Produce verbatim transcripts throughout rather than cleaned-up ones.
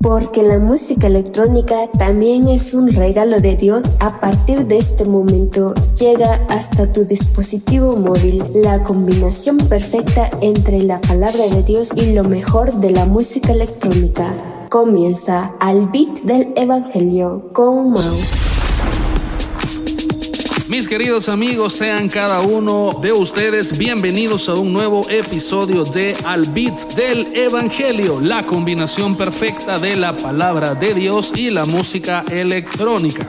Porque la música electrónica también es un regalo de Dios. A partir de este momento llega hasta tu dispositivo móvil la combinación perfecta entre la palabra de Dios y lo mejor de la música electrónica. Comienza Al Beat del Evangelio con Mau. Mis queridos amigos, sean cada uno de ustedes bienvenidos a un nuevo episodio de Al Beat del Evangelio, la combinación perfecta de la palabra de Dios y la música electrónica.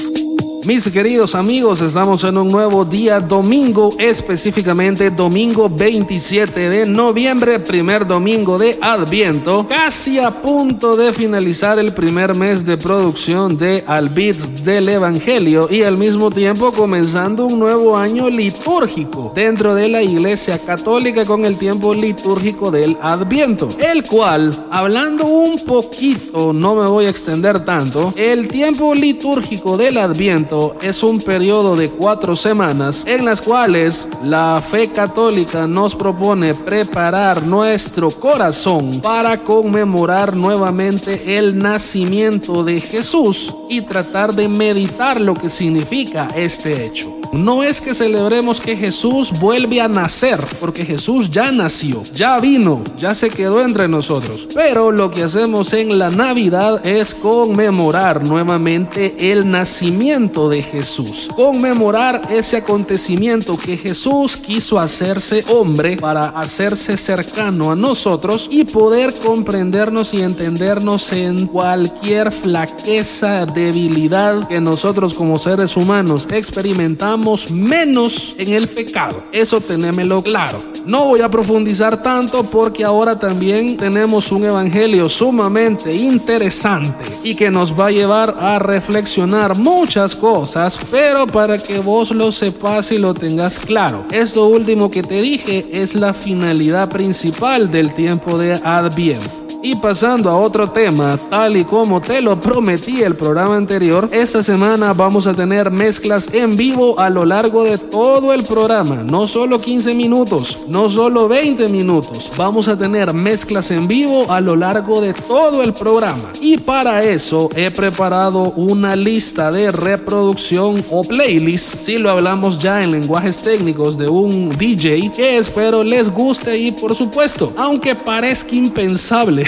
Mis queridos amigos, estamos en un nuevo día domingo, específicamente domingo veintisiete de noviembre, primer domingo de Adviento, casi a punto de finalizar el primer mes de producción de Al Beat del Evangelio y al mismo tiempo comenzando un nuevo año litúrgico dentro de la Iglesia Católica con el tiempo litúrgico del Adviento, el cual, hablando un poquito, no me voy a extender tanto, el tiempo litúrgico del Adviento es un periodo de cuatro semanas en las cuales la fe católica nos propone preparar nuestro corazón para conmemorar nuevamente el nacimiento de Jesús y tratar de meditar lo que significa este hecho. No es que celebremos que Jesús vuelve a nacer, porque Jesús ya nació, ya vino, ya se quedó entre nosotros. Pero lo que hacemos en la Navidad es conmemorar nuevamente el nacimiento de Jesús. Conmemorar ese acontecimiento que Jesús quiso hacerse hombre para hacerse cercano a nosotros y poder comprendernos y entendernos en cualquier flaqueza, debilidad que nosotros como seres humanos experimentamos, menos en el pecado. Eso tenémelo claro. No voy a profundizar tanto porque ahora también tenemos un evangelio sumamente interesante y que nos va a llevar a reflexionar muchas cosas, pero para que vos lo sepas y lo tengas claro. Esto último que te dije es la finalidad principal del tiempo de Adviento. Y pasando a otro tema, tal y como te lo prometí el programa anterior, esta semana vamos a tener mezclas en vivo a lo largo de todo el programa. No solo quince minutos, no solo veinte minutos. Vamos a tener mezclas en vivo a lo largo de todo el programa. Y para eso he preparado una lista de reproducción o playlist, si lo hablamos ya en lenguajes técnicos, de un D J que espero les guste y, por supuesto, aunque parezca impensable,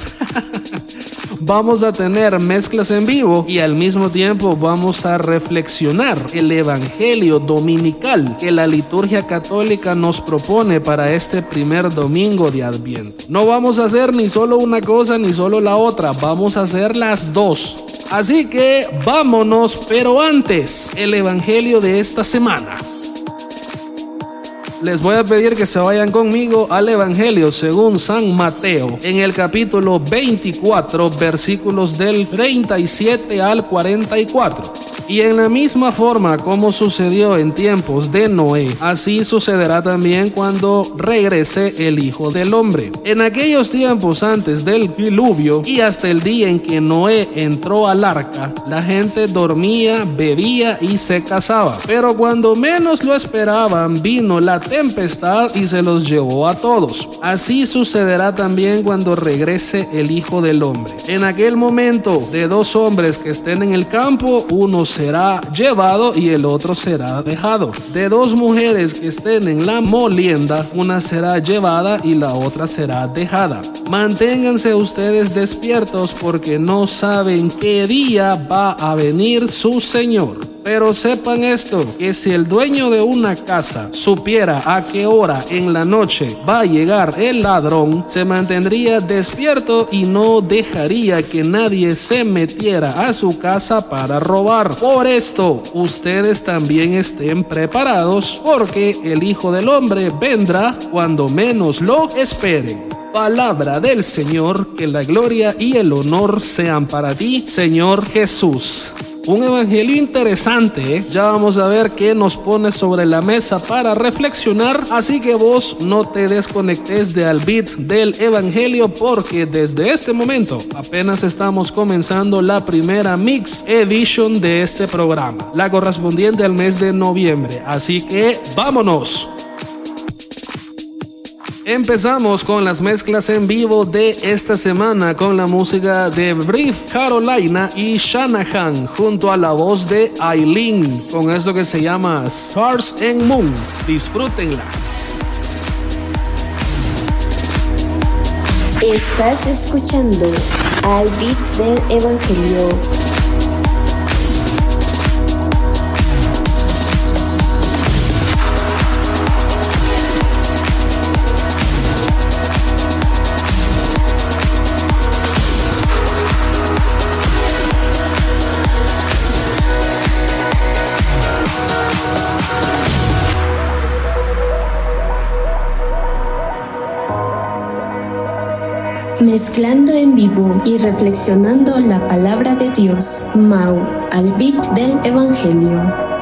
vamos a tener mezclas en vivo y al mismo tiempo vamos a reflexionar el evangelio dominical que la liturgia católica nos propone para este primer domingo de Adviento. No vamos a hacer ni solo una cosa ni solo la otra, vamos a hacer las dos. Así que vámonos, pero antes, el evangelio de esta semana. Les voy a pedir que se vayan conmigo al Evangelio según San Mateo, en el capítulo veinticuatro, versículos del treinta y siete al cuarenta y cuatro. Y en la misma forma como sucedió en tiempos de Noé, así sucederá también cuando regrese el Hijo del Hombre. En aquellos tiempos antes del diluvio y hasta el día en que Noé entró al arca, la gente dormía, bebía y se casaba. Pero cuando menos lo esperaban, vino la tempestad y se los llevó a todos. Así sucederá también cuando regrese el Hijo del Hombre. En aquel momento, de dos hombres que estén en el campo, uno será llevado y el otro será dejado. De dos mujeres que estén en la molienda, una será llevada y la otra será dejada. Manténganse ustedes despiertos porque no saben qué día va a venir su Señor. Pero sepan esto, que si el dueño de una casa supiera a qué hora en la noche va a llegar el ladrón, se mantendría despierto y no dejaría que nadie se metiera a su casa para robar. Por esto, ustedes también estén preparados, porque el Hijo del Hombre vendrá cuando menos lo esperen. Palabra del Señor, que la gloria y el honor sean para ti, Señor Jesús. Un evangelio interesante, ¿eh? Ya vamos a ver qué nos pone sobre la mesa para reflexionar, así que vos no te desconectes de Al Beat del Evangelio, porque desde este momento apenas estamos comenzando la primera Mix Edition de este programa, la correspondiente al mes de noviembre, así que vámonos. Empezamos con las mezclas en vivo de esta semana con la música de Brief Carolina y Shanahan junto a la voz de Aileen con esto que se llama Stars and Moon. Disfrútenla. Estás escuchando Al Beat del Evangelio. Mezclando en vivo y reflexionando la palabra de Dios. Mau, al beat del Evangelio.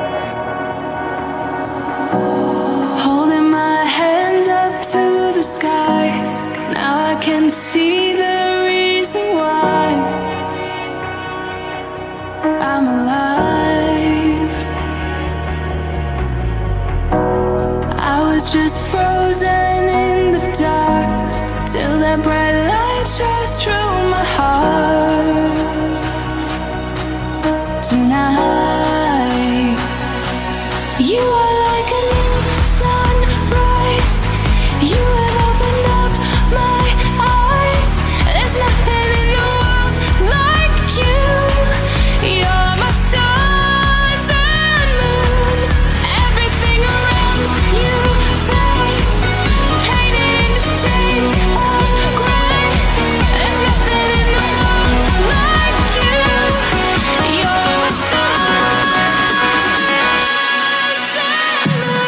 Holding my hands up to the sky, now I can see the reason why I'm alive. I was just frozen in the dark till that bright light shines through my heart. Tonight, you are like a new sunrise. You have opened up my eyes. There's nothing in the world like you. You're my stars and moon. Everything around you fades, painted in the shades of gray. There's nothing in the world like you. You're my stars and moon.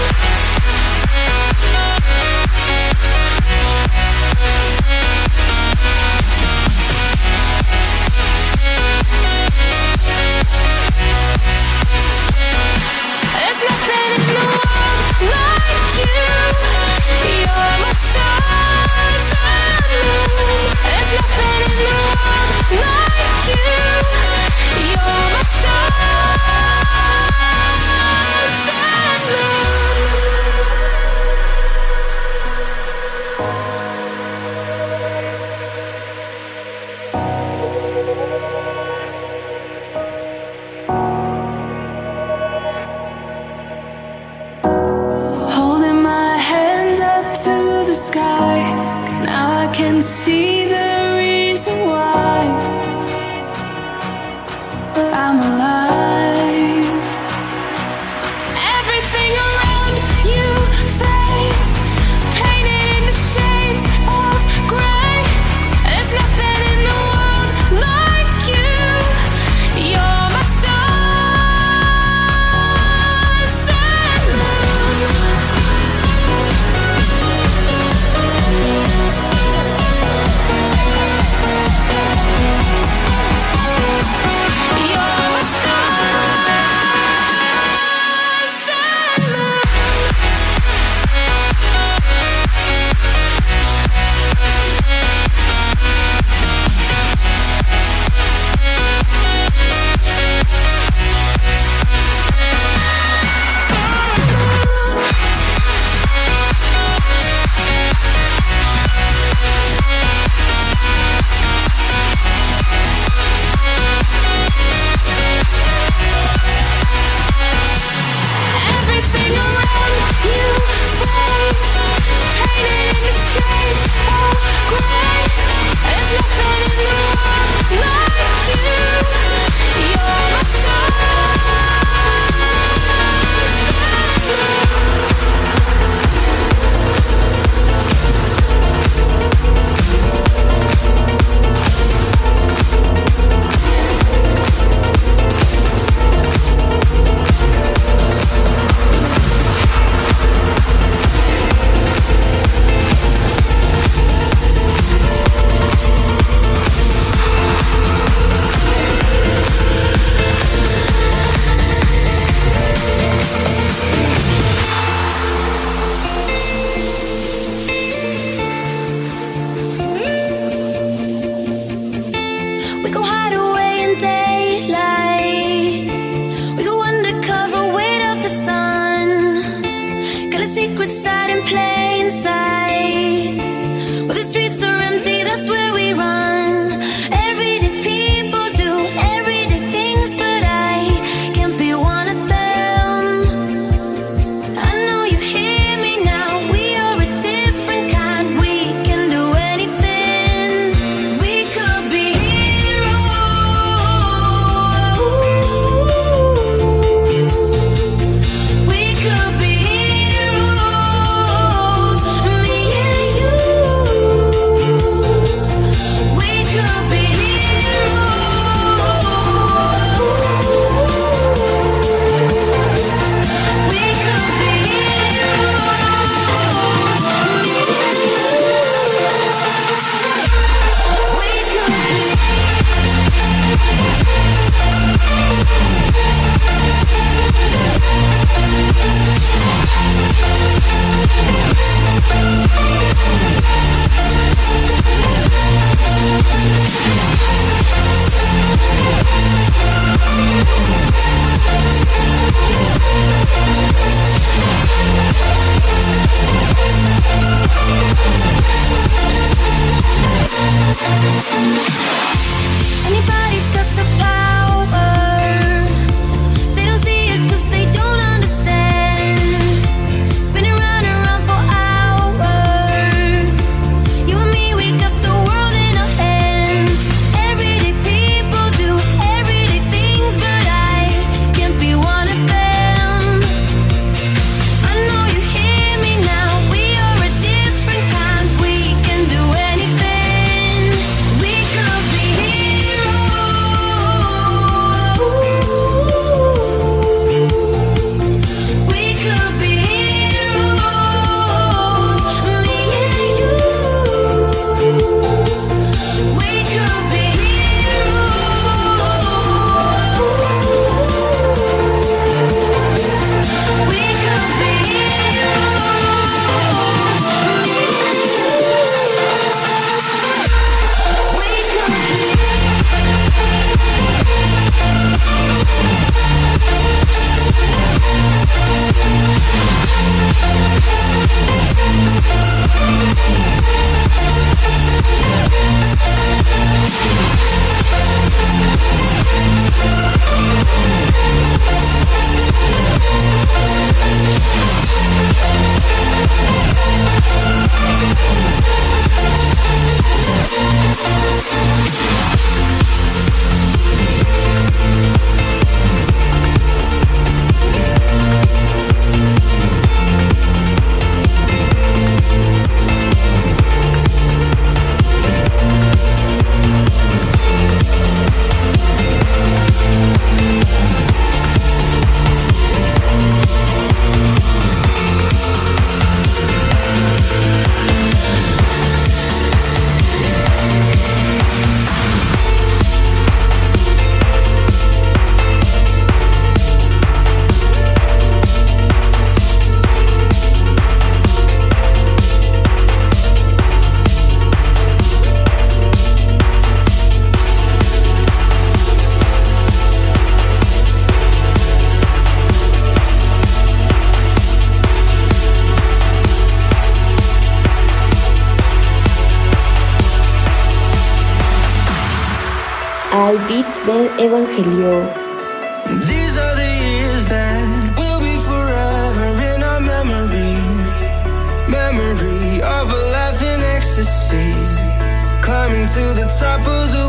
There's nothing in the world like you. You're my stars and moon. There's nothing in the world like you. You're my stars and moon. Holding my hands up to the sky, now I can see the reason why I'm alive. Everything around you fades, painted in the shades of gray. There's nothing in the world like you. You're my stars and moon. You're my stars and moon. Everything around you fades, painted in the shades of gray. There's nothing in the world like you. You're my stars We go hide away in daylight. We go undercover, wait up the sun. Got a secret side in plain sight. the streets are empty, that's where we run. Everyday people do everyday things, but I can't be one of them. I know you hear me now, we are a different kind. We can do anything, we could be heroes. We could be heroes, me and you. We could be heroes. We could be heroes, me and you. We could be. Anybody's got the power. They don't see it 'cause they don't understand. Spinning round and round for hours. You and me, we got the world in our hands. Everyday people do everyday things, but I can't be one of them. I know you hear me now, we are a different kind. We can do anything, we could be heroes. We could be heroes, me and you. We could be heroes. We could be heroes, me and you. We could be. Al beat del Evangelio. These are the years that will be forever in our memory. Memory of a life in ecstasy, climbing to the top of the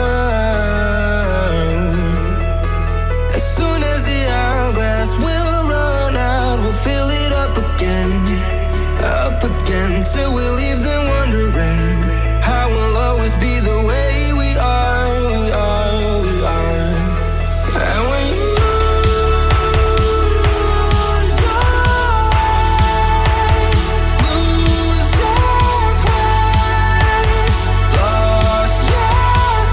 world. As soon as the hourglass will run out, we'll fill it up again, up again, till we leave them wondering how we'll always be the way we are, we are, we are. And when you lose your way, lose your place, lost your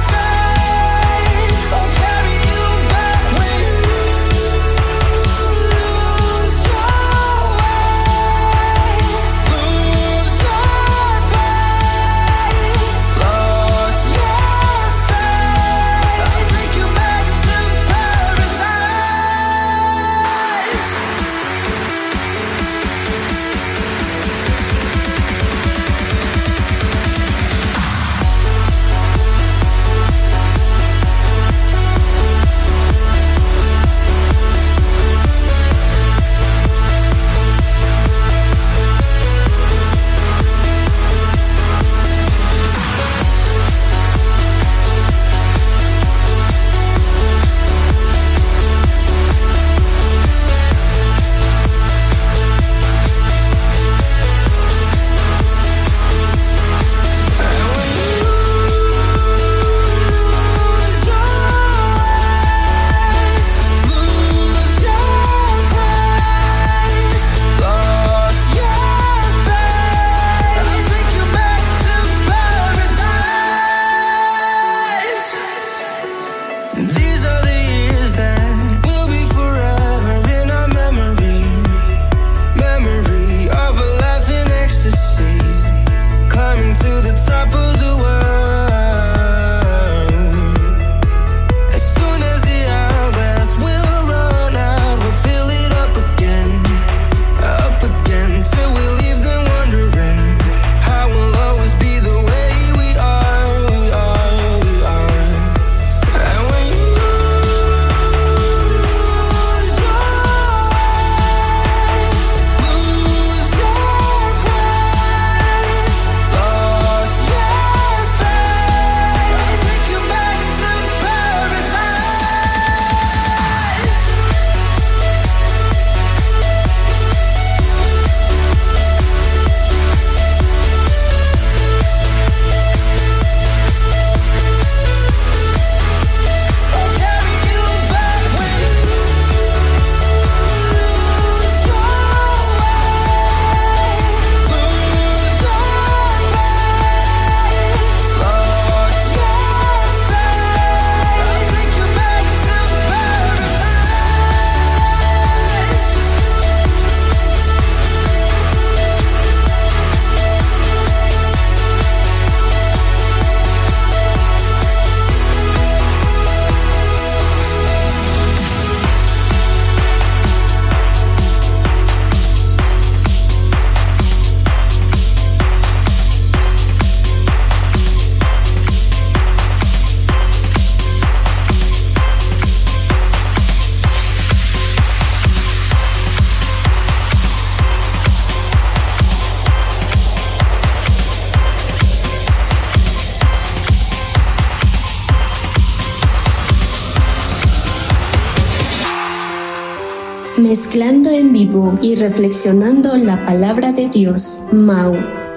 mezclando en vivo y reflexionando la palabra de Dios. Mau.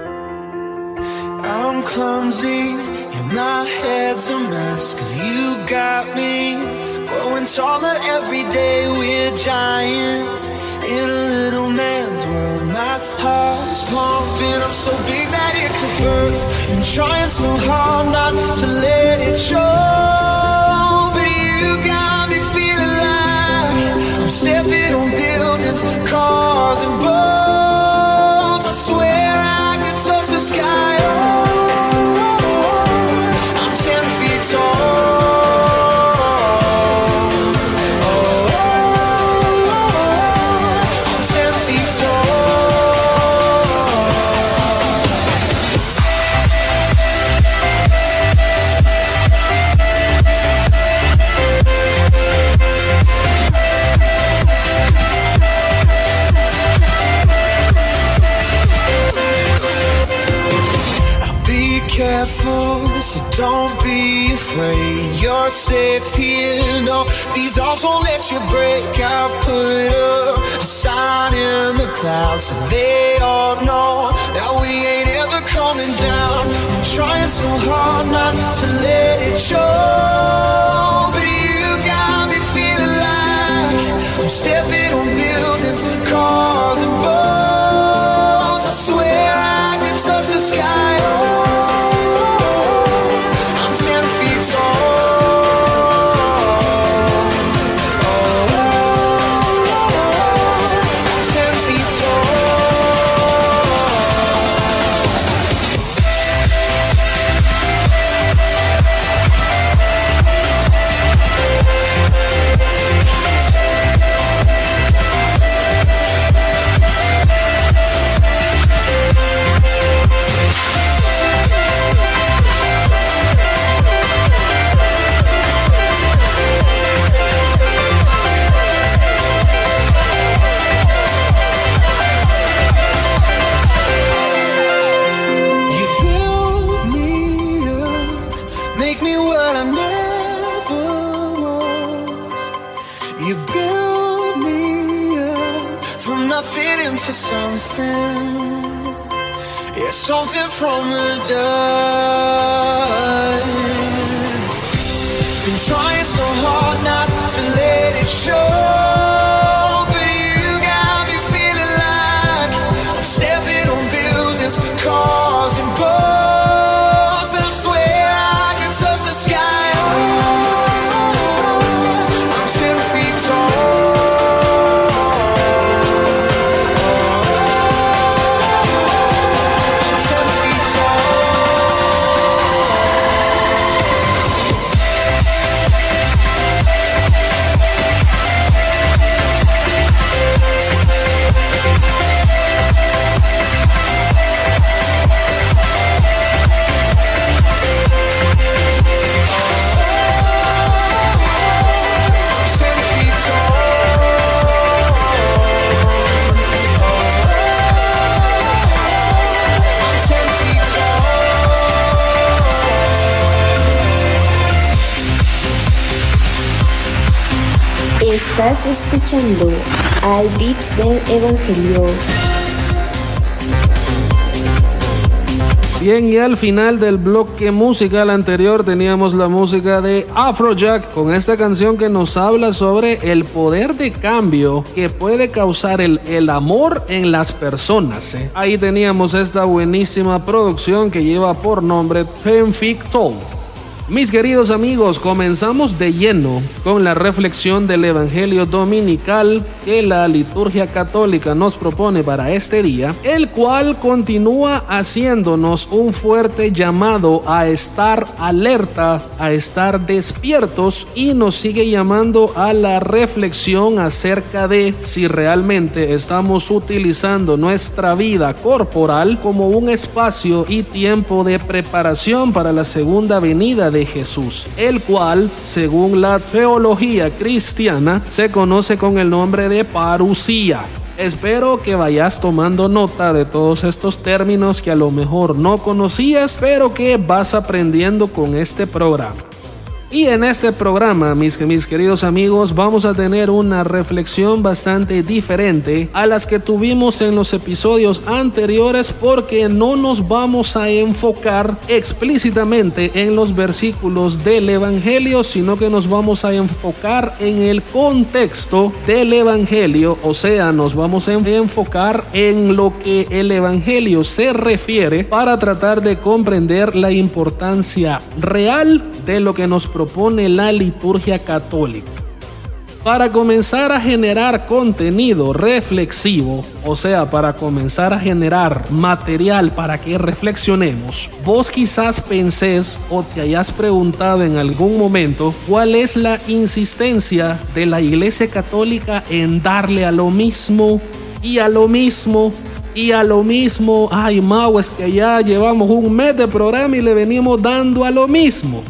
I'm clumsy and my head's a mess, 'cause you got me growing taller every day. We're giants in a little man's world. My heart is pumping up so big that it could burst. I'm trying so hard not to let it show, but you got me feeling like I'm stepping on buildings, cars and boats. I swear I could touch the sky. I'm ten feet tall. Careful, so don't be afraid. You're safe here. No, these arms won't let you break. I put up a sign in the clouds so they all know that we ain't ever coming down. I'm trying so hard not to let it show, but you got me feeling like I'm stepping on buildings, cars and boats. I swear I could touch the sky. Something from the dust. Been trying so hard not to let it show, but you got me feeling like I'm stepping on buildings, cars and boats. I swear I can touch the sky. I'm ten feet tall. Estás escuchando Al Beat del Evangelio. Bien, y al final del bloque musical anterior teníamos la música de Afrojack con esta canción que nos habla sobre el poder de cambio que puede causar el, el amor en las personas. ¿eh? Ahí teníamos esta buenísima producción que lleva por nombre Ten Feet Tall. Mis queridos amigos, comenzamos de lleno con la reflexión del Evangelio dominical que la liturgia católica nos propone para este día, el cual continúa haciéndonos un fuerte llamado a estar alerta, a estar despiertos, y nos sigue llamando a la reflexión acerca de si realmente estamos utilizando nuestra vida corporal como un espacio y tiempo de preparación para la segunda venida de Jesús, el cual, según la teología cristiana, se conoce con el nombre de parusía. Espero que vayas tomando nota de todos estos términos que a lo mejor no conocías, pero que vas aprendiendo con este programa. Y en este programa, mis, mis queridos amigos, vamos a tener una reflexión bastante diferente a las que tuvimos en los episodios anteriores, porque no nos vamos a enfocar explícitamente en los versículos del Evangelio, sino que nos vamos a enfocar en el contexto del Evangelio, o sea, nos vamos a enfocar en lo que el Evangelio se refiere para tratar de comprender la importancia real de lo que nos propone la liturgia católica. Para comenzar a generar contenido reflexivo, o sea, para comenzar a generar material para que reflexionemos, vos quizás pensés o te hayas preguntado en algún momento cuál es la insistencia de la Iglesia Católica en darle a lo mismo y a lo mismo y a lo mismo. Ay, Mau, es que ya llevamos un mes de programa y le venimos dando a lo mismo.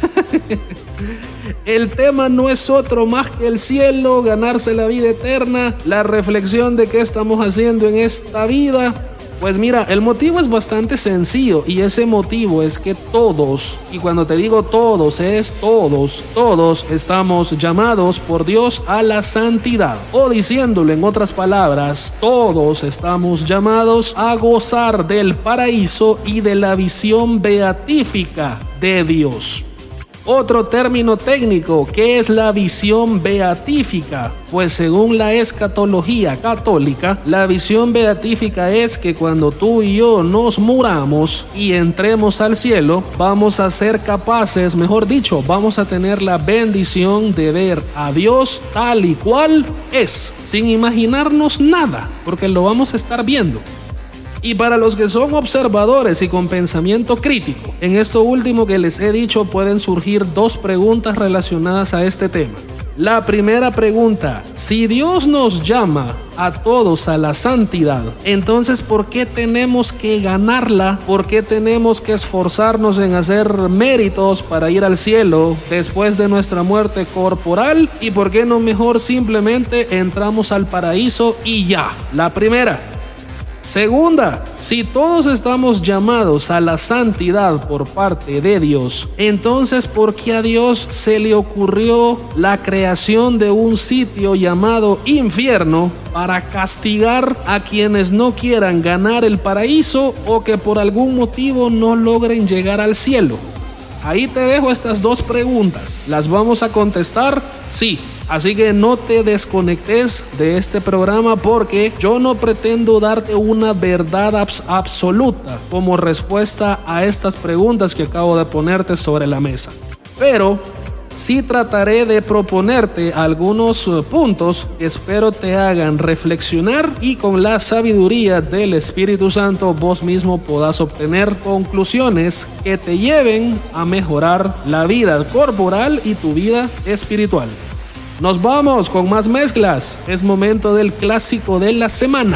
El tema no es otro más que el cielo, ganarse la vida eterna, la reflexión de qué estamos haciendo en esta vida. Pues mira, el motivo es bastante sencillo, y ese motivo es que todos, y cuando te digo todos, es todos, todos estamos llamados por Dios a la santidad. O diciéndolo en otras palabras, todos estamos llamados a gozar del paraíso y de la visión beatífica de Dios. Otro término técnico, ¿qué es la visión beatífica? Pues según la escatología católica, la visión beatífica es que cuando tú y yo nos muramos y entremos al cielo, vamos a ser capaces, mejor dicho, vamos a tener la bendición de ver a Dios tal y cual es, sin imaginarnos nada, porque lo vamos a estar viendo. Y para los que son observadores y con pensamiento crítico, en esto último que les he dicho pueden surgir dos preguntas relacionadas a este tema. La primera pregunta: si Dios nos llama a todos a la santidad, entonces ¿por qué tenemos que ganarla? ¿Por qué tenemos que esforzarnos en hacer méritos para ir al cielo después de nuestra muerte corporal? ¿Y por qué no mejor simplemente entramos al paraíso y ya? La primera. Segunda, si todos estamos llamados a la santidad por parte de Dios, entonces ¿por qué a Dios se le ocurrió la creación de un sitio llamado infierno para castigar a quienes no quieran ganar el paraíso o que por algún motivo no logren llegar al cielo? Ahí te dejo estas dos preguntas. ¿Las vamos a contestar? Sí. Así que no te desconectes de este programa, porque yo no pretendo darte una verdad abs- absoluta como respuesta a estas preguntas que acabo de ponerte sobre la mesa. Pero sí trataré de proponerte algunos puntos que espero te hagan reflexionar y con la sabiduría del Espíritu Santo vos mismo podás obtener conclusiones que te lleven a mejorar la vida corporal y tu vida espiritual. Nos vamos con más mezclas. Es momento del clásico de la semana.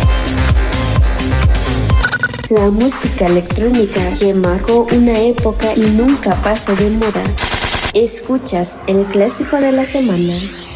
La música electrónica que marcó una época y nunca pasa de moda. Escuchas el clásico de la semana.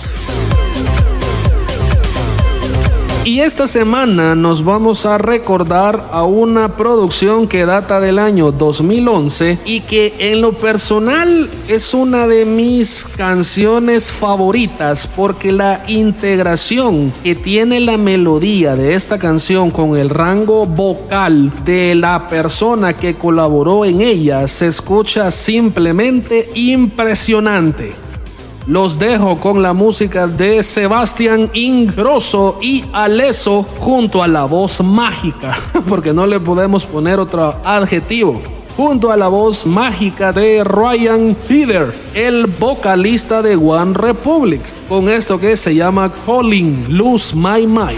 Y esta semana nos vamos a recordar a una producción que data del año dos mil once y que en lo personal es una de mis canciones favoritas, porque la integración que tiene la melodía de esta canción con el rango vocal de la persona que colaboró en ella se escucha simplemente impresionante. Los dejo con la música de Sebastián Ingrosso y Alesso junto a la voz mágica, porque no le podemos poner otro adjetivo, junto a la voz mágica de Ryan Tedder, el vocalista de One Republic, con esto que se llama Calling Lose My Mind.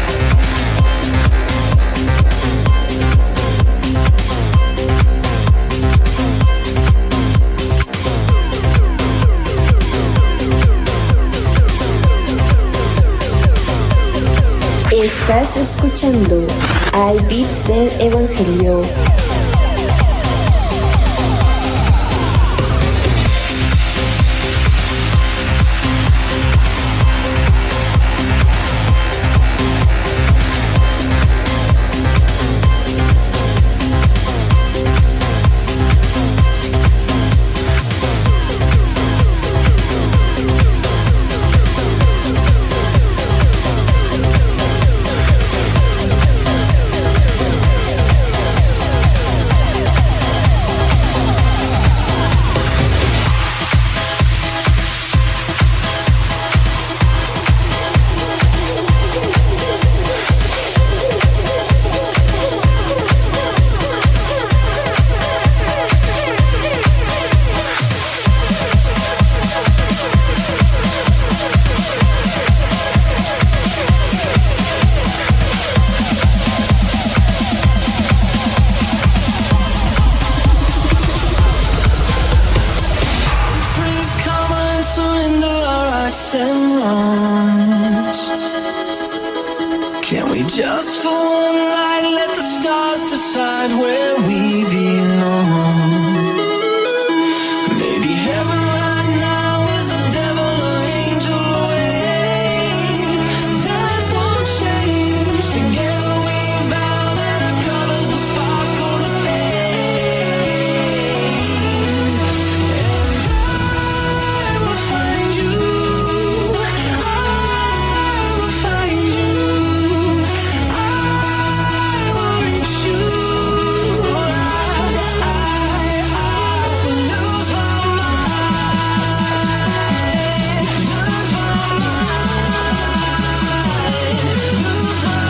Estás escuchando Al Beat del Evangelio. rights and wrongs. Can we just for one night let the stars decide where we belong? Maybe heaven right now is a devil or angel away. That won't change. Together we vow that our colors will sparkle the flame. And I will find you. I will find you. I will reach you. I, I, I will lose my mind. Lose my mind. Lose my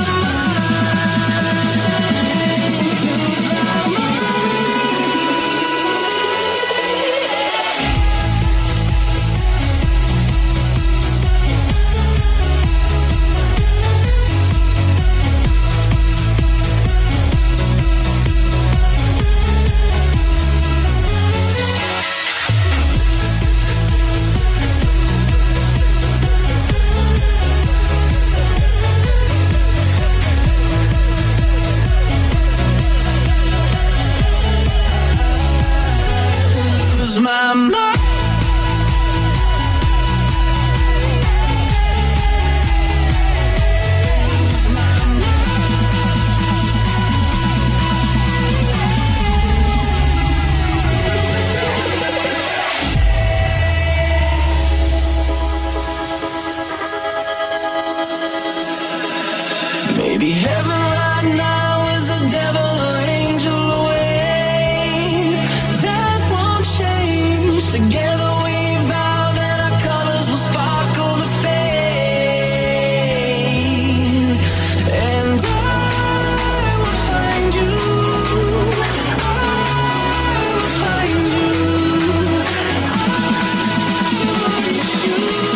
lose my mind. Maybe heaven right now is a devil or angel away. That won't change. Together we vow that our colors will sparkle the flame. And I will find you. I will find you. I will reach you.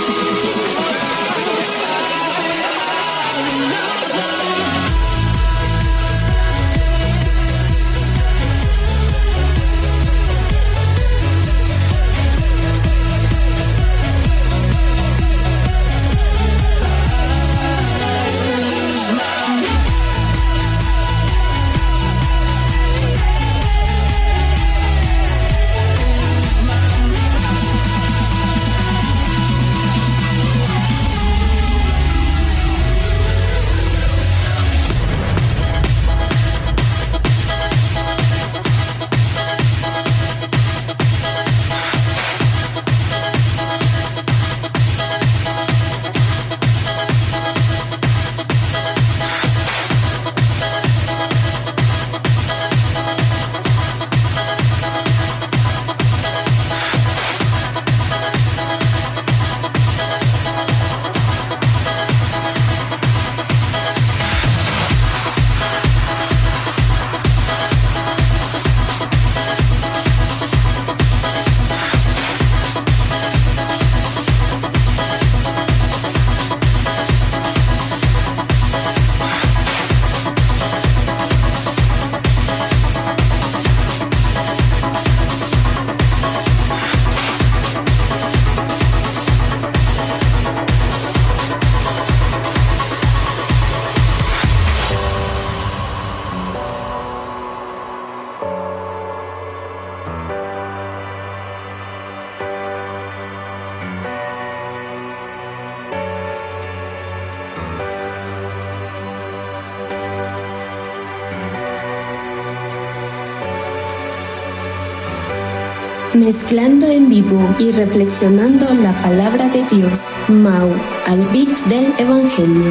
Mezclando en vivo y reflexionando la palabra de Dios. Mau, al beat del Evangelio.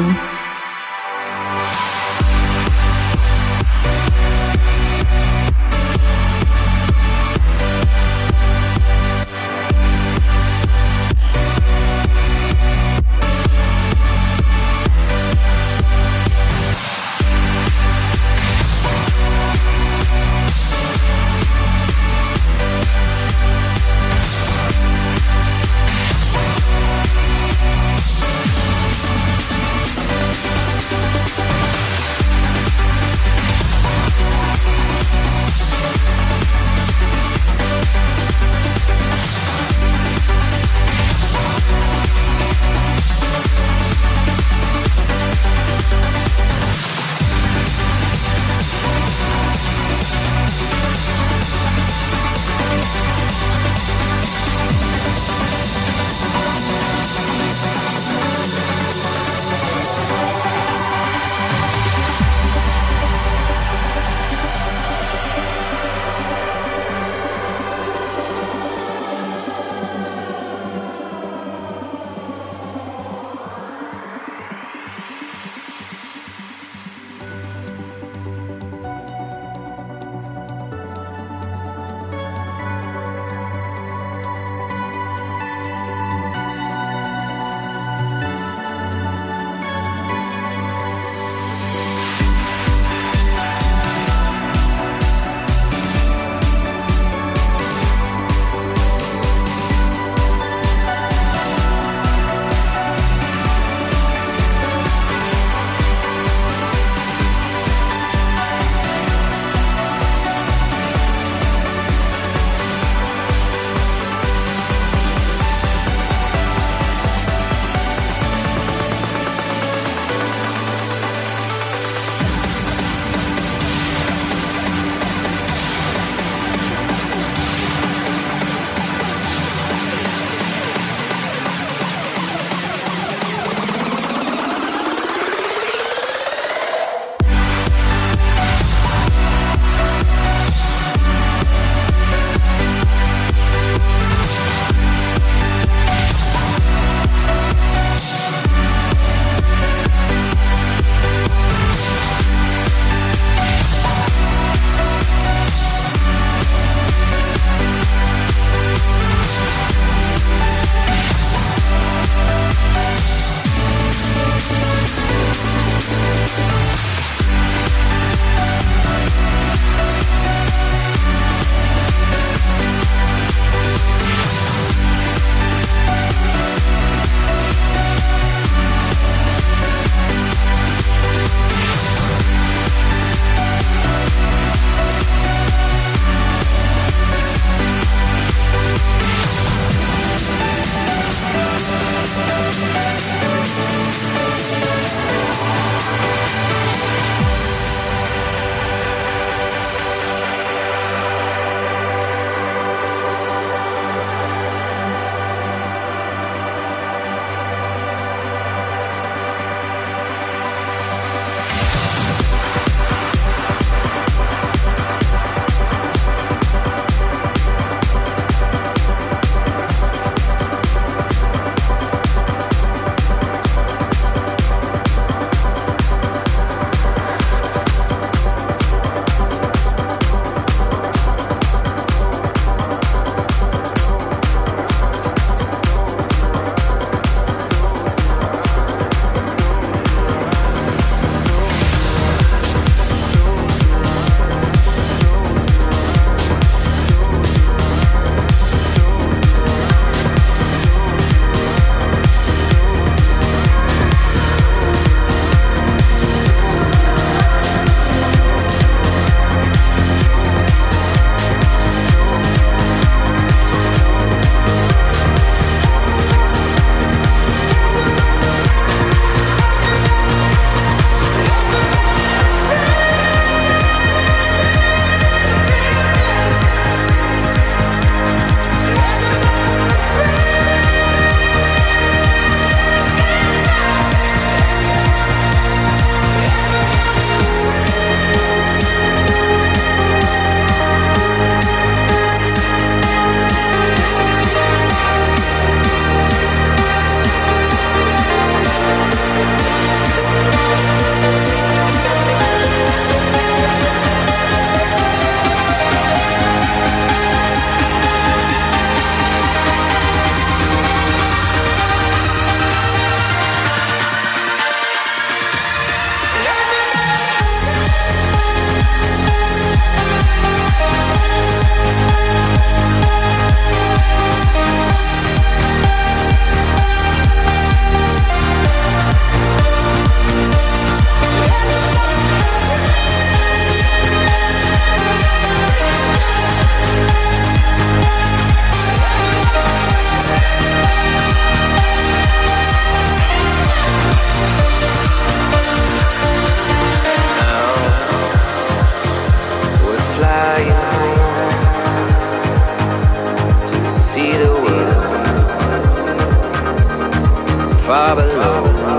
far below.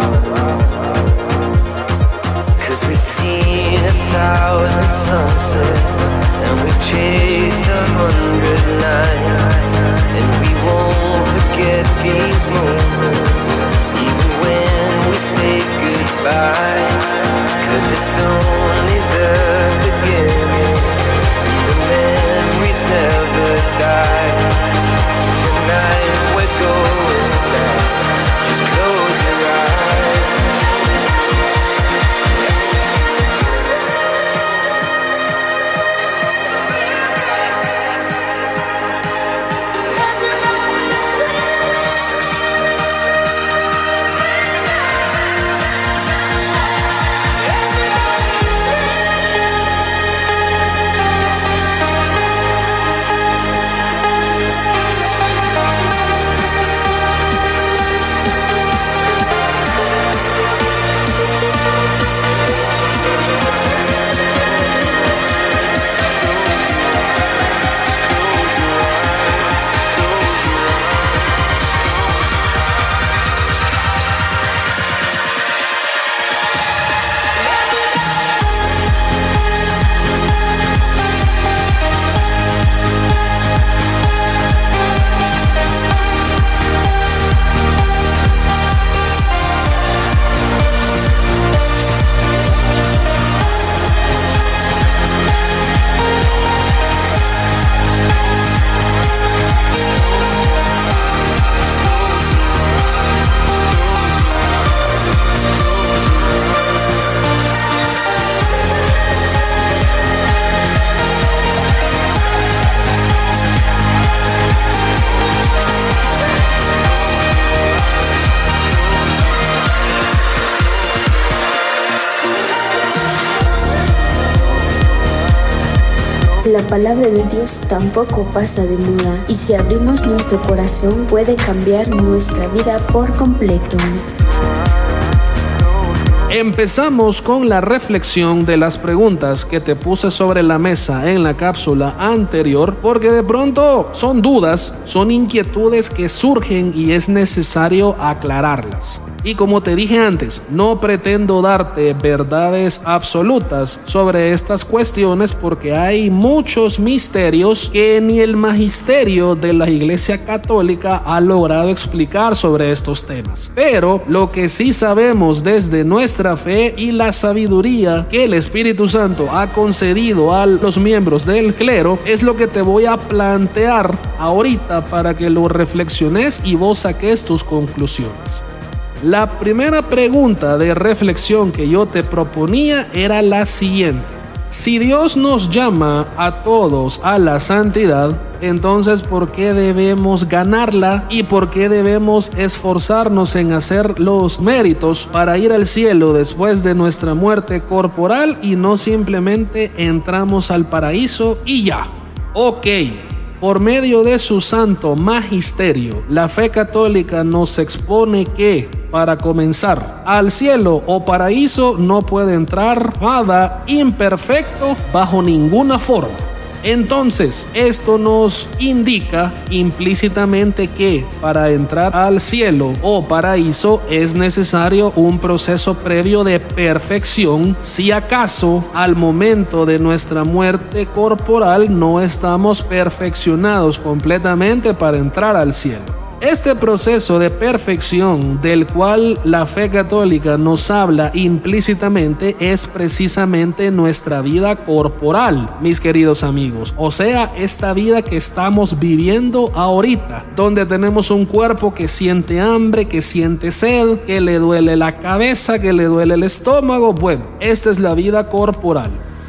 Cause we've seen a thousand sunsets, and we've chased a hundred nights, and we won't forget these moments, even when we say goodbye. Cause it's only the beginning, and the memories never die. Tonight we're going out, just close your eyes. La palabra de Dios tampoco pasa de moda, y si abrimos nuestro corazón puede cambiar nuestra vida por completo. Empezamos con la reflexión de las preguntas que te puse sobre la mesa en la cápsula anterior, porque de pronto son dudas, son inquietudes que surgen y es necesario aclararlas. Y como te dije antes, no pretendo darte verdades absolutas sobre estas cuestiones porque hay muchos misterios que ni el magisterio de la Iglesia Católica ha logrado explicar sobre estos temas. Pero lo que sí sabemos desde nuestra fe y la sabiduría que el Espíritu Santo ha concedido a los miembros del clero es lo que te voy a plantear ahorita para que lo reflexiones y vos saques tus conclusiones. La primera pregunta de reflexión que yo te proponía era la siguiente. Si Dios nos llama a todos a la santidad, entonces ¿por qué debemos ganarla y por qué debemos esforzarnos en hacer los méritos para ir al cielo después de nuestra muerte corporal y no simplemente entramos al paraíso y ya? Ok. Por medio de su santo magisterio, la fe católica nos expone que, para comenzar, al cielo o paraíso no puede entrar nada imperfecto bajo ninguna forma. Entonces, esto nos indica implícitamente que para entrar al cielo o paraíso es necesario un proceso previo de perfección, si acaso al momento de nuestra muerte corporal no estamos perfeccionados completamente para entrar al cielo. Este proceso de perfección del cual la fe católica nos habla implícitamente es precisamente nuestra vida corporal, mis queridos amigos. O sea, esta vida que estamos viviendo ahorita, donde tenemos un cuerpo que siente hambre, que siente sed, que le duele la cabeza, que le duele el estómago. Bueno, esta es la vida corporal.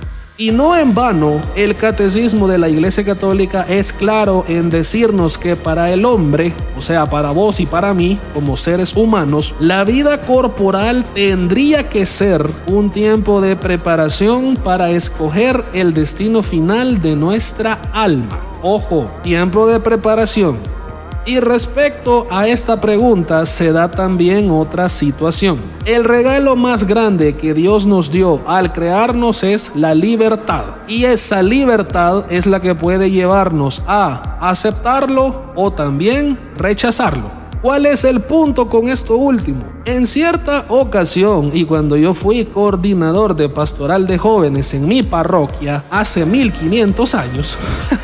Y no en vano, el catecismo de la Iglesia Católica es claro en decirnos que para el hombre, o sea, para vos y para mí, como seres humanos, la vida corporal tendría que ser un tiempo de preparación para escoger el destino final de nuestra alma. Ojo, tiempo de preparación. Y respecto a esta pregunta se da también otra situación. El regalo más grande que Dios nos dio al crearnos es la libertad. Y esa libertad es la que puede llevarnos a aceptarlo o también rechazarlo. ¿Cuál es el punto con esto último? En cierta ocasión, y cuando yo fui coordinador de pastoral de jóvenes en mi parroquia hace mil quinientos años,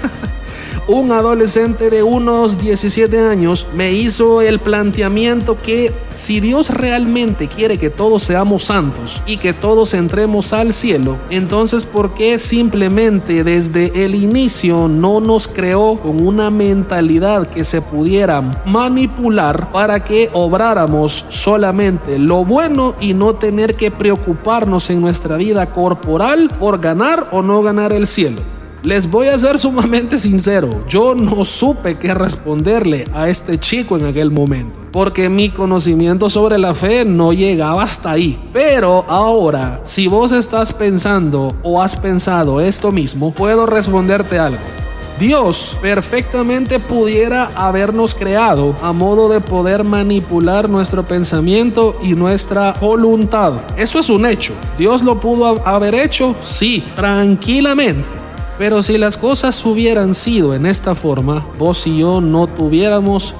un adolescente de unos diecisiete años me hizo el planteamiento que si Dios realmente quiere que todos seamos santos y que todos entremos al cielo, entonces ¿por qué simplemente desde el inicio no nos creó con una mentalidad que se pudiera manipular para que obráramos solamente lo bueno y no tener que preocuparnos en nuestra vida corporal por ganar o no ganar el cielo? Les voy a ser sumamente sincero, yo no supe qué responderle a este chico en aquel momento, porque mi conocimiento sobre la fe no llegaba hasta ahí. Pero ahora, si vos estás pensando o has pensado esto mismo, puedo responderte algo. Dios perfectamente pudiera habernos creado a modo de poder manipular nuestro pensamiento y nuestra voluntad. Eso es un hecho. ¿Dios lo pudo haber hecho? Sí, tranquilamente. Pero si las cosas hubieran sido en esta forma, vos y yo no tuviéramos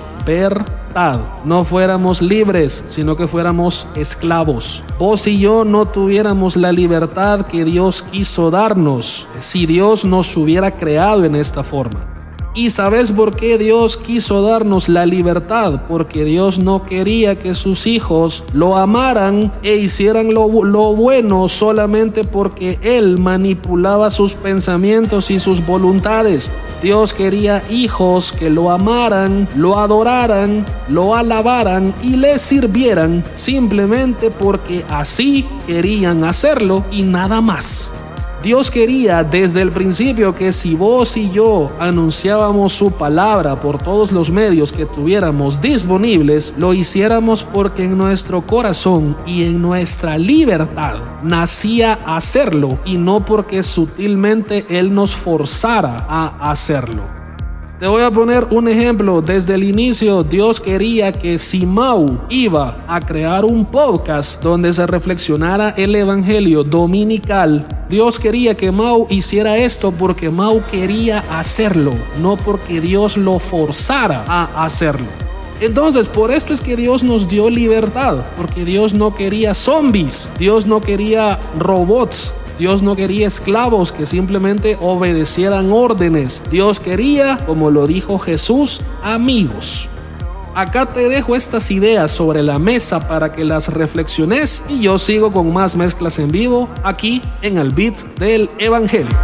libertad, no fuéramos libres, sino que fuéramos esclavos. Vos y yo no tuviéramos la libertad que Dios quiso darnos, si Dios nos hubiera creado en esta forma. ¿Y sabes por qué Dios quiso darnos la libertad? Porque Dios no quería que sus hijos lo amaran e hicieran lo, lo bueno solamente porque Él manipulaba sus pensamientos y sus voluntades. Dios quería hijos que lo amaran, lo adoraran, lo alabaran y le sirvieran simplemente porque así querían hacerlo y nada más. Dios quería desde el principio que si vos y yo anunciábamos su palabra por todos los medios que tuviéramos disponibles, lo hiciéramos porque en nuestro corazón y en nuestra libertad nacía hacerlo y no porque sutilmente Él nos forzara a hacerlo. Te voy a poner un ejemplo. Desde el inicio, Dios quería que si Mau iba a crear un podcast donde se reflexionara el evangelio dominical, Dios quería que Mau hiciera esto porque Mau quería hacerlo, no porque Dios lo forzara a hacerlo. Entonces, por esto es que Dios nos dio libertad, porque Dios no quería zombies, Dios no quería robots, Dios no quería esclavos que simplemente obedecieran órdenes. Dios quería, como lo dijo Jesús, amigos. Acá te dejo estas ideas sobre la mesa para que las reflexiones y yo sigo con más mezclas en vivo aquí en Al Beat del Evangelio.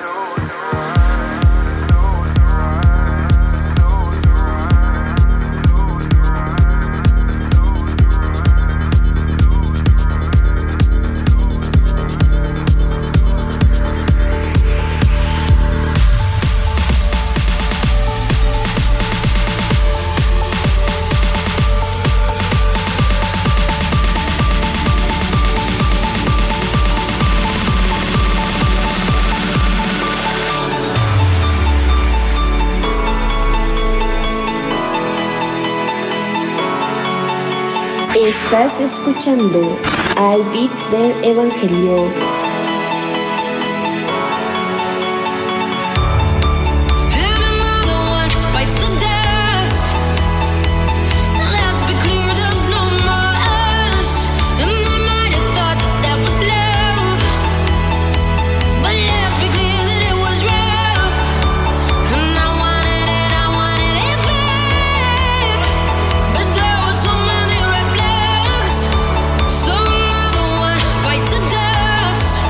Estás escuchando Al Beat del Evangelio. So another one bites the dust.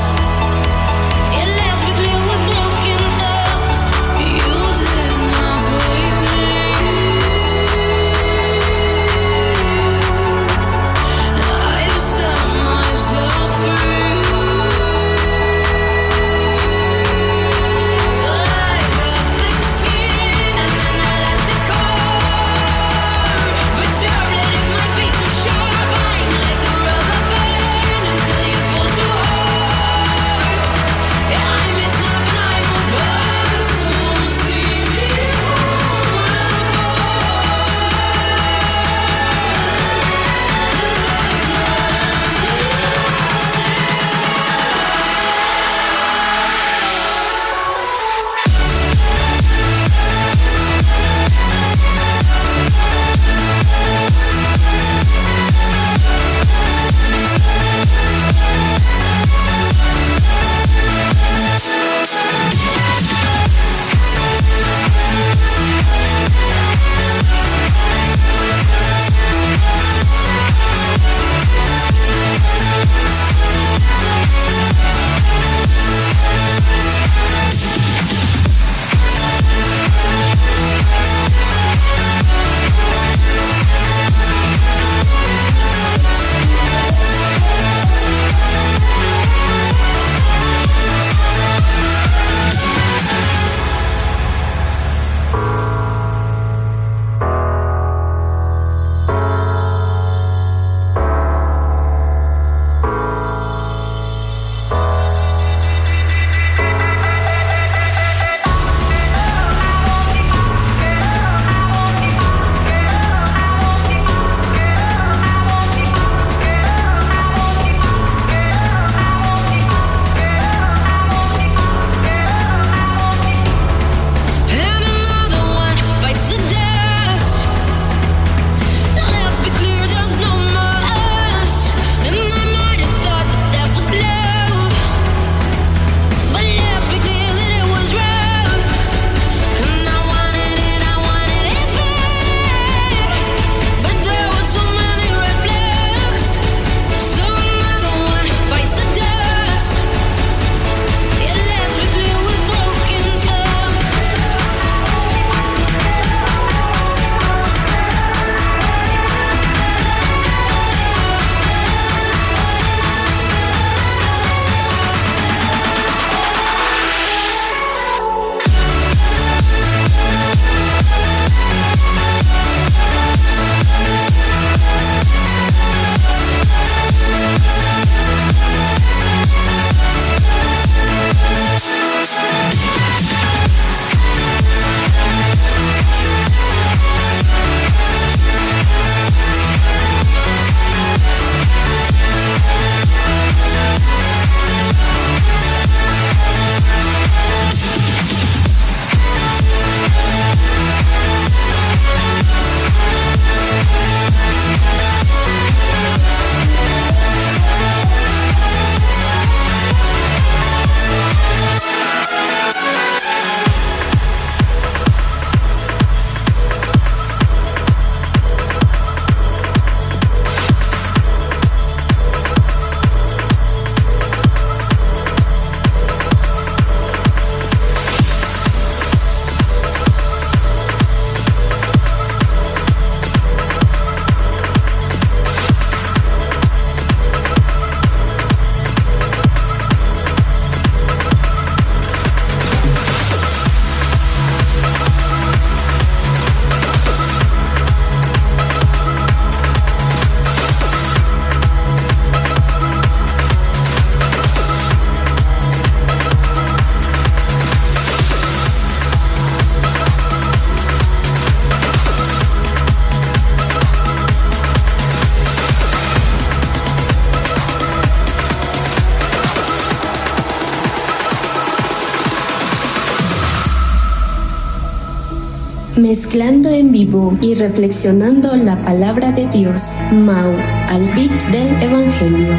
mezclando en vivo y reflexionando la palabra de Dios. Mau, al beat del Evangelio.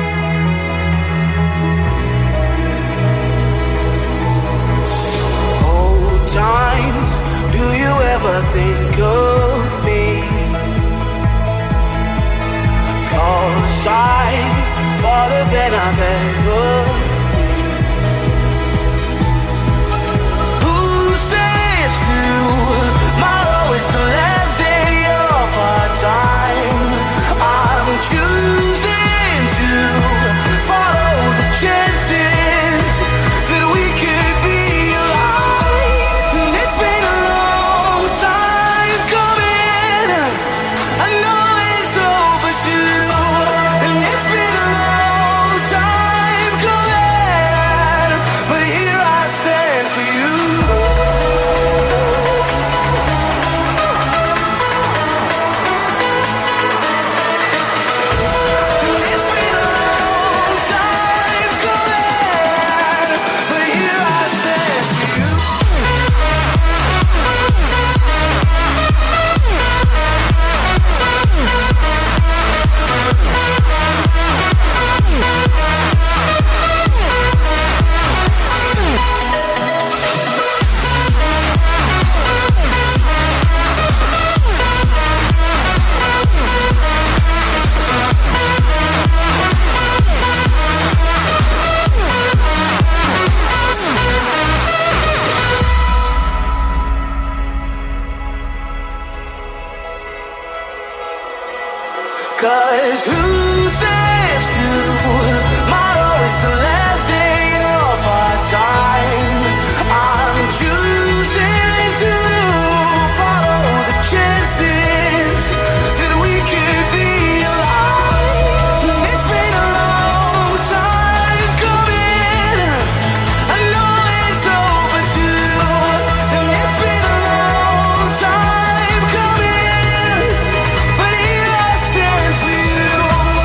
Old times, do you ever think of me? Your side, farther than I've ever been. Who says tomorrow is the last day of our time? I'm choosing to follow the chances that we could be alive. And it's been a long time coming. I know it's overdue. And it's been a long time coming. But here I stand for you. Cause who says tomorrow is the last day of our time? I'm choosing to follow the chances that we could be alive. And it's been a long time coming. I know it's overdue. And it's been a long time coming. But here I stand for you.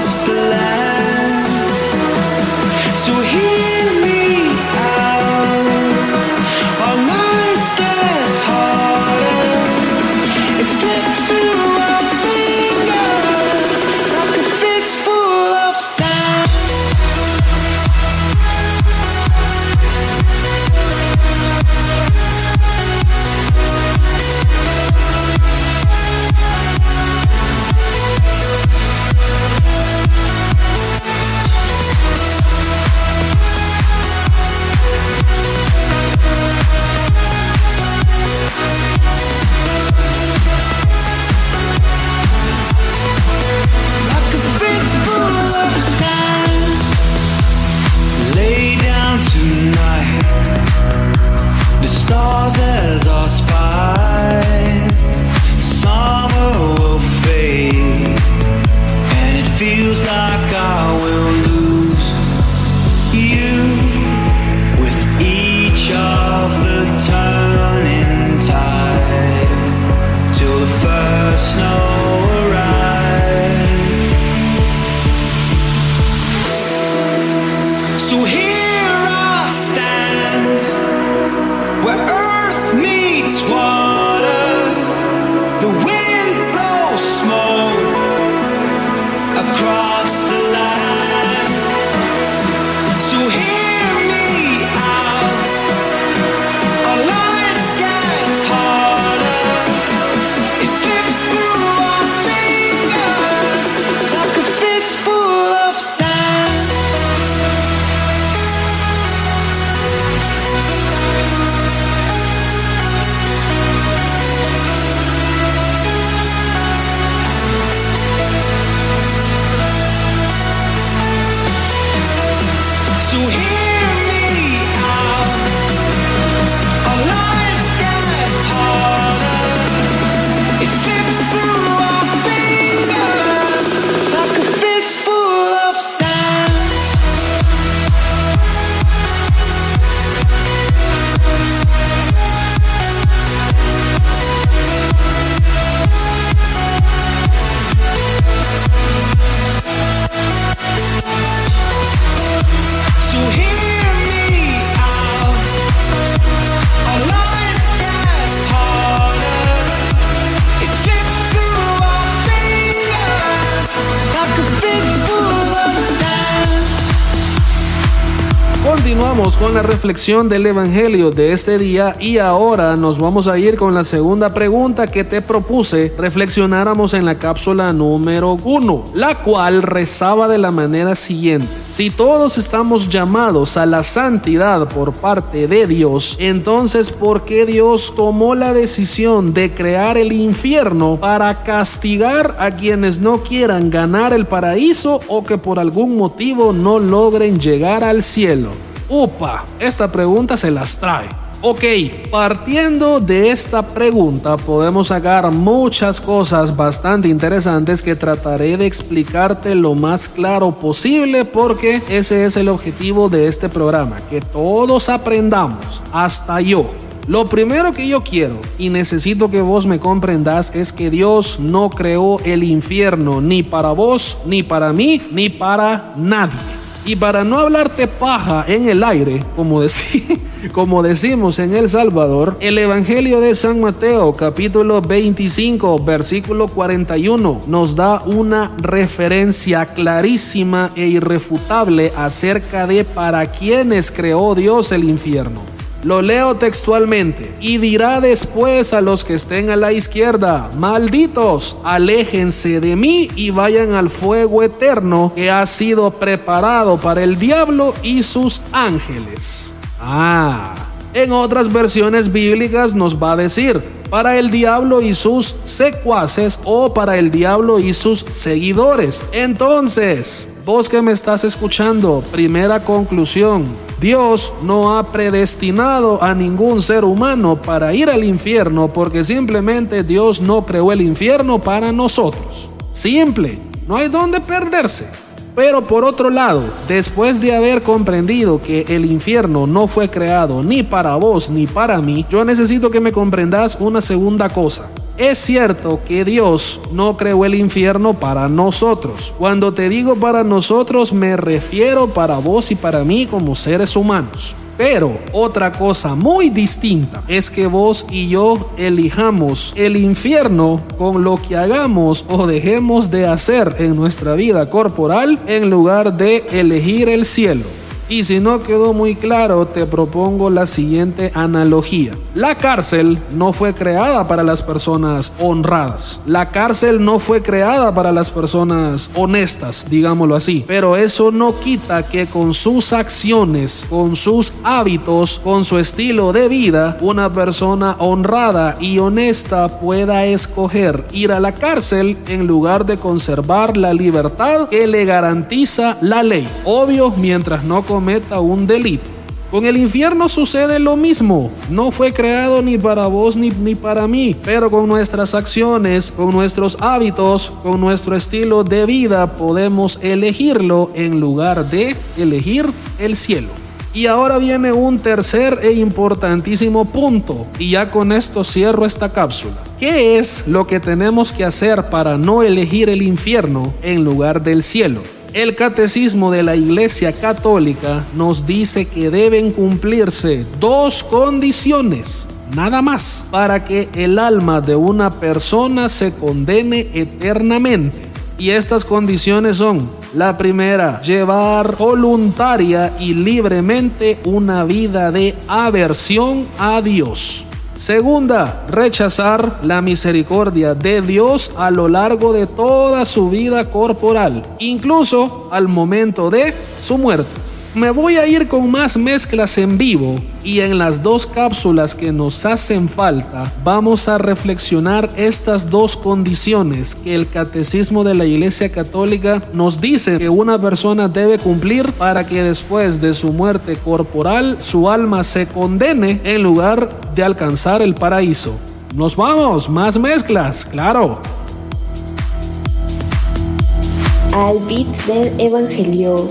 across the land. So hear me out. Our lives get harder. It slips through our fingers like a fistful of sand. Stars as our spy, summer will fade, and it feels like I will lose you with each of the turning tide, till the first snow arrives. So here I stand, where earth meets water, the wind blows smoke across the land. So hear me out, our lives get harder. It slips through our fingers like a fistful of sand. So hear me out, our lives get harder. It slips through our fingers like a fistful of sand. So hear me out, our lives get harder. It slips through our fingers like a fistful of sand. Continuamos con la reflexión del Evangelio de este día y ahora nos vamos a ir con la segunda pregunta que te propuse reflexionáramos en la cápsula número uno, la cual rezaba de la manera siguiente: si todos estamos llamados a la santidad por parte de Dios, entonces ¿por qué Dios tomó la decisión de crear el infierno para castigar a quienes no quieran ganar el paraíso o que por algún motivo no logren llegar al cielo? Upa, esta pregunta se las trae. Ok, partiendo de esta pregunta podemos sacar muchas cosas bastante interesantes que trataré de explicarte lo más claro posible porque ese es el objetivo de este programa, que todos aprendamos, hasta yo. Lo primero que yo quiero y necesito que vos me comprendas es que Dios no creó el infierno ni para vos, ni para mí, ni para nadie. Y para no hablarte paja en el aire, como, decí, como decimos en El Salvador, el Evangelio de San Mateo, capítulo veinticinco, versículo cuarenta y uno, nos da una referencia clarísima e irrefutable acerca de para quiénes creó Dios el infierno. Lo leo textualmente: y dirá después a los que estén a la izquierda: malditos, aléjense de mí y vayan al fuego eterno que ha sido preparado para el diablo y sus ángeles. Ah, en otras versiones bíblicas nos va a decir: para el diablo y sus secuaces o para el diablo y sus seguidores. Entonces, vos que me estás escuchando, primera conclusión: Dios no ha predestinado a ningún ser humano para ir al infierno porque simplemente Dios no creó el infierno para nosotros. Simple, no hay dónde perderse. Pero por otro lado, después de haber comprendido que el infierno no fue creado ni para vos ni para mí, yo necesito que me comprendas una segunda cosa. Es cierto que Dios no creó el infierno para nosotros. Cuando te digo para nosotros, me refiero para vos y para mí como seres humanos. Pero otra cosa muy distinta es que vos y yo elijamos el infierno con lo que hagamos o dejemos de hacer en nuestra vida corporal en lugar de elegir el cielo. Y si no quedó muy claro, te propongo la siguiente analogía. La cárcel no fue creada para las personas honradas. La cárcel no fue creada para las personas honestas, digámoslo así. Pero eso no quita que con sus acciones, con sus hábitos, con su estilo de vida, una persona honrada y honesta pueda escoger ir a la cárcel en lugar de conservar la libertad que le garantiza la ley. Obvio, mientras no cometa un delito. Con el infierno sucede lo mismo. No fue creado ni para vos ni, ni para mí, pero con nuestras acciones, con nuestros hábitos, con nuestro estilo de vida podemos elegirlo en lugar de elegir el cielo. Y ahora viene un tercer e importantísimo punto, y ya con esto cierro esta cápsula. ¿Qué es lo que tenemos que hacer para no elegir el infierno en lugar del cielo? El Catecismo de la Iglesia Católica nos dice que deben cumplirse dos condiciones, nada más, para que el alma de una persona se condene eternamente. Y estas condiciones son: la primera, llevar voluntaria y libremente una vida de aversión a Dios. Segunda, rechazar la misericordia de Dios a lo largo de toda su vida corporal, incluso al momento de su muerte. Me voy a ir con más mezclas en vivo y en las dos cápsulas que nos hacen falta vamos a reflexionar estas dos condiciones que el Catecismo de la Iglesia Católica nos dice que una persona debe cumplir para que después de su muerte corporal su alma se condene en lugar de alcanzar el paraíso. Nos vamos, más mezclas, claro. Al beat del Evangelio.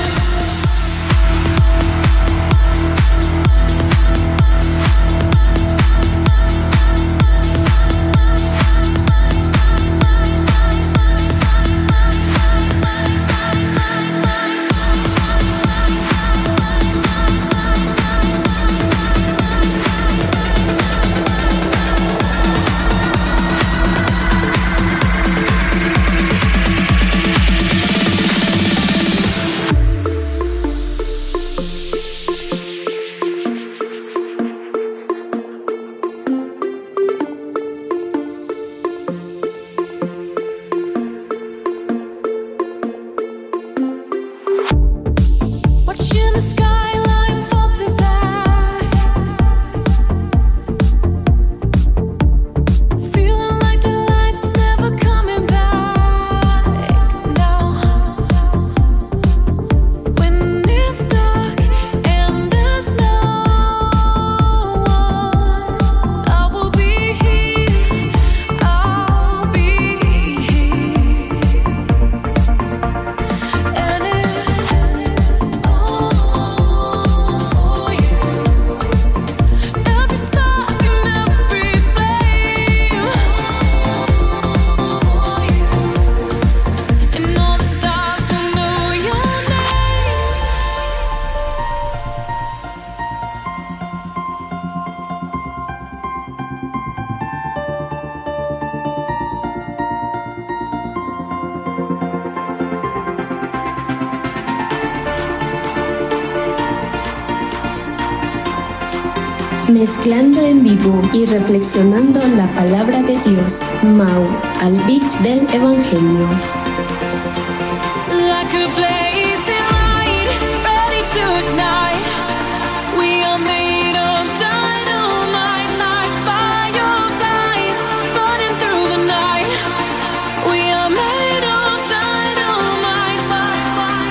Mezclando en vivo y reflexionando la palabra de Dios. Mau, al beat del Evangelio. Like a blazing light, ready to ignite. We are made of dynamite, like fireflies, burning through the night. We are made of dynamite, fire, fire,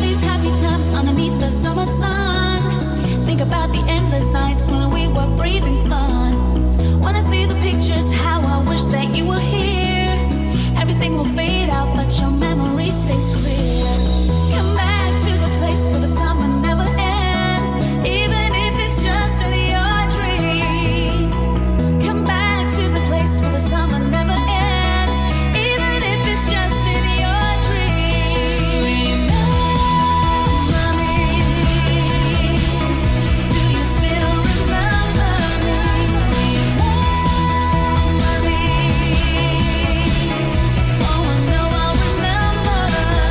these happy times underneath the summer sun. Think about the endless nights when we were breathing fun. Wanna see the pictures, how I wish that you were here. Everything will fade out, but your memory stays clear. Come back to the place where the summer never ends, even if it's just in your dream. Come back to the place where the summer never ends, even if it's just in your dream. Remember me. Do you still remember me? Remember me. Oh, I know I'll remember.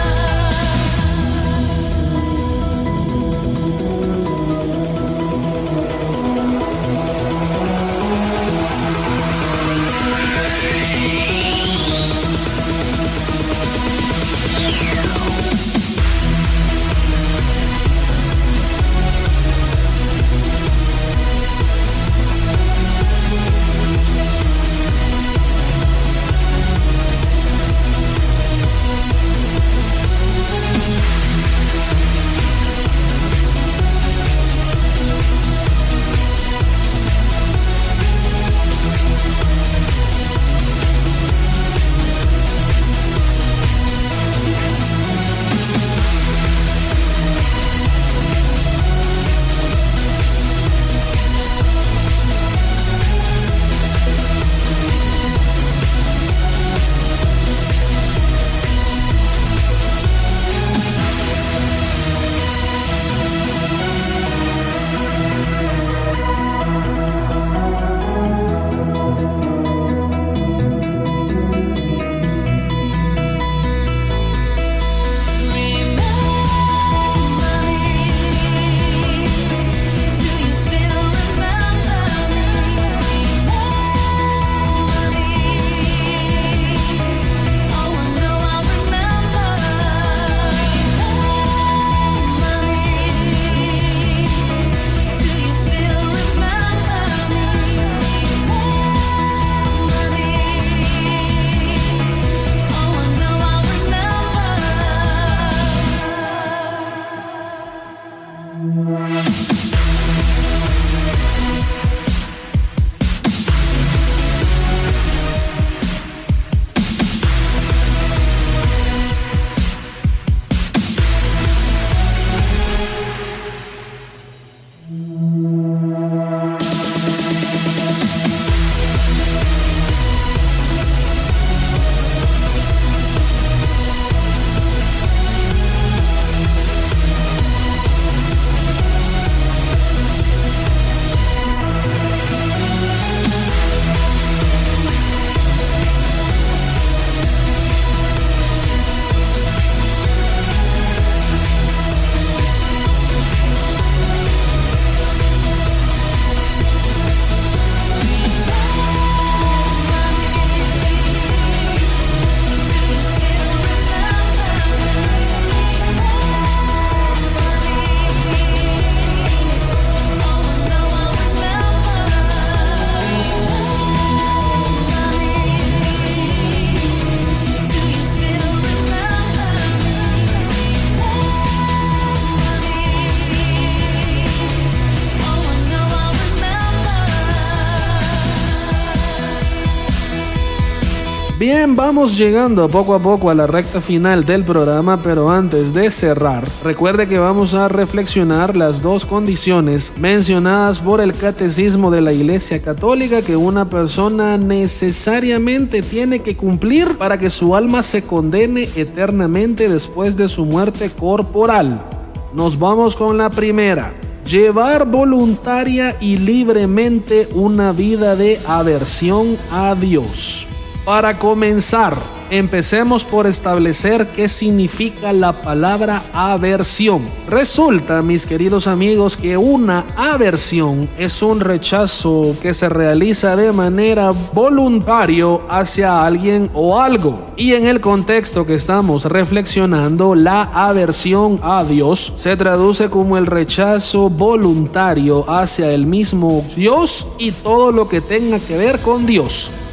Bien, vamos llegando poco a poco a la recta final del programa, pero antes de cerrar, recuerde que vamos a reflexionar las dos condiciones mencionadas por el Catecismo de la Iglesia Católica que una persona necesariamente tiene que cumplir para que su alma se condene eternamente después de su muerte corporal. Nos vamos con la primera. Llevar voluntaria y libremente una vida de aversión a Dios. Para comenzar, empecemos por establecer qué significa la palabra aversión. Resulta, mis queridos amigos, que una aversión es un rechazo que se realiza de manera voluntaria hacia alguien o algo. Y en el contexto que estamos reflexionando, la aversión a Dios se traduce como el rechazo voluntario hacia el mismo Dios y todo lo que tenga que ver con Dios.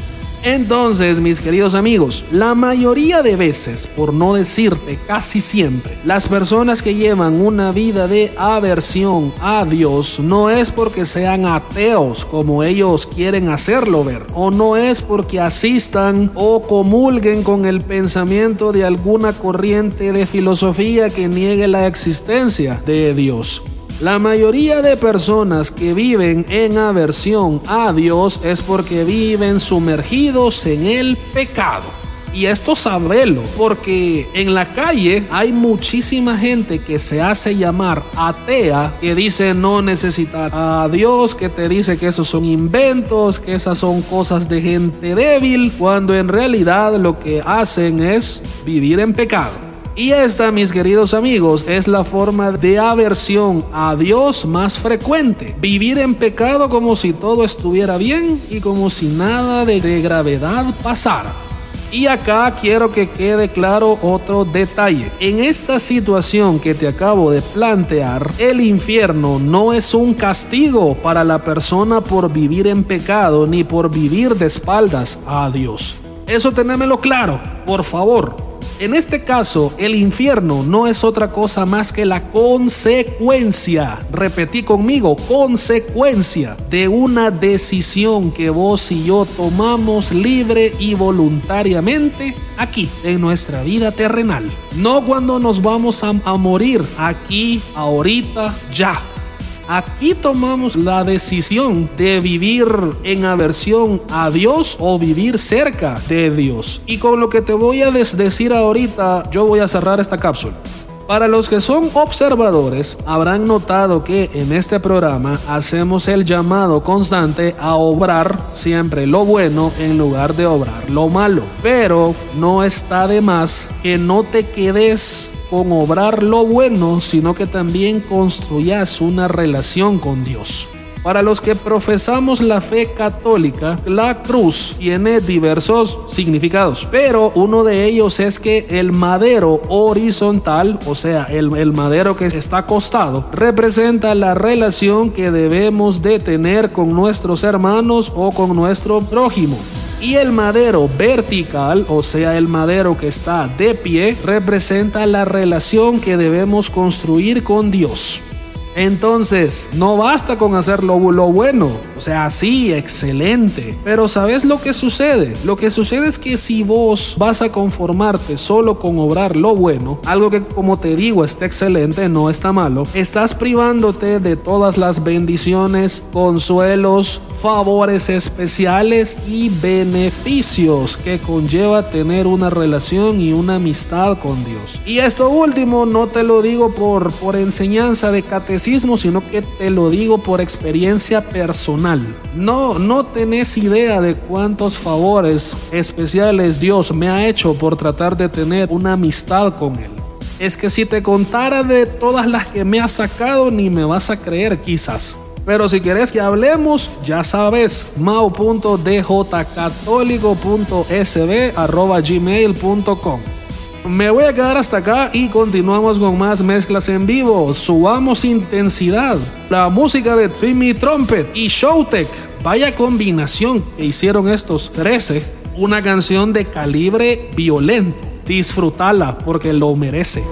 Entonces, mis queridos amigos, la mayoría de veces, por no decirte casi siempre, las personas que llevan una vida de aversión a Dios no es porque sean ateos como ellos quieren hacerlo ver, o no es porque asistan o comulguen con el pensamiento de alguna corriente de filosofía que niegue la existencia de Dios. La mayoría de personas que viven en aversión a Dios es porque viven sumergidos en el pecado. Y esto sabelo, porque en la calle hay muchísima gente que se hace llamar atea, que dice no necesitar a Dios, que te dice que esos son inventos, que esas son cosas de gente débil, cuando en realidad lo que hacen es vivir en pecado. Y esta, mis queridos amigos, es la forma de aversión a Dios más frecuente. Vivir en pecado como si todo estuviera bien y como si nada de, de gravedad pasara. Y acá quiero que quede claro otro detalle. En esta situación que te acabo de plantear, el infierno no es un castigo para la persona por vivir en pecado ni por vivir de espaldas a Dios. Eso tenémelo claro, por favor. En este caso, el infierno no es otra cosa más que la consecuencia, repetí conmigo, consecuencia de una decisión que vos y yo tomamos libre y voluntariamente aquí, en nuestra vida terrenal. No cuando nos vamos a, a morir, aquí, ahorita, ya. Aquí tomamos la decisión de vivir en aversión a Dios o vivir cerca de Dios. Y con lo que te voy a decir ahorita, yo voy a cerrar esta cápsula. Para los que son observadores, habrán notado que en este programa hacemos el llamado constante a obrar siempre lo bueno en lugar de obrar lo malo. Pero no está de más que no te quedes con obrar lo bueno, sino que también construyas una relación con Dios. Para los que profesamos la fe católica, la cruz tiene diversos significados, pero uno de ellos es que el madero horizontal, o sea, el, el madero que está acostado, representa la relación que debemos de tener con nuestros hermanos o con nuestro prójimo. Y el madero vertical, o sea, el madero que está de pie, representa la relación que debemos construir con Dios. Entonces, no basta con hacer lo, lo bueno, o sea, sí, excelente, pero ¿sabes lo que sucede? Lo que sucede es que si vos vas a conformarte solo con obrar lo bueno, algo que, como te digo, está excelente, no está malo, estás privándote de todas las bendiciones, consuelos, favores especiales y beneficios que conlleva tener una relación y una amistad con Dios. Y esto último no te lo digo por, por enseñanza de catecismo, sino que te lo digo por experiencia personal. No, no tenés idea de cuántos favores especiales Dios me ha hecho por tratar de tener una amistad con Él. Es que si te contara de todas las que me ha sacado, ni me vas a creer quizás. Pero si querés que hablemos, ya sabes, mau punto d j católico punto s b arroba gmail punto com. Me voy a quedar hasta acá y continuamos con más mezclas en vivo. Subamos intensidad. La música de Timmy Trumpet y Showtek. Vaya combinación que hicieron estos trece. Una canción de calibre violento. Disfrútala porque lo merece.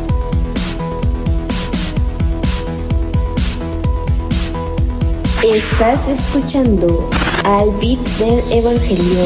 Estás escuchando Al Beat del Evangelio.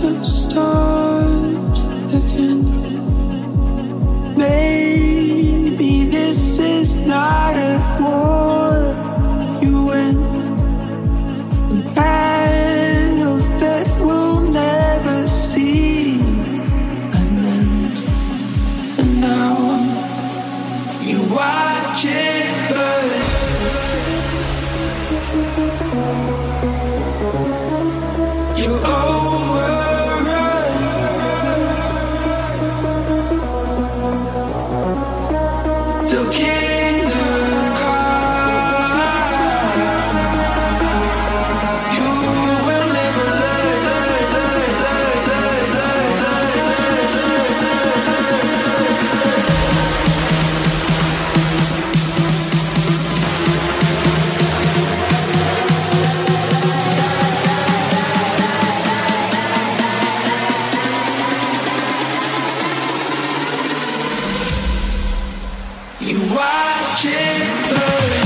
to start again. Maybe this is not a war you win, a battle that will never see an end. And now you watch it burn. You overrun till kingdom come. You will never learn, learn, learn, learn, learn, learn, you watch it burn.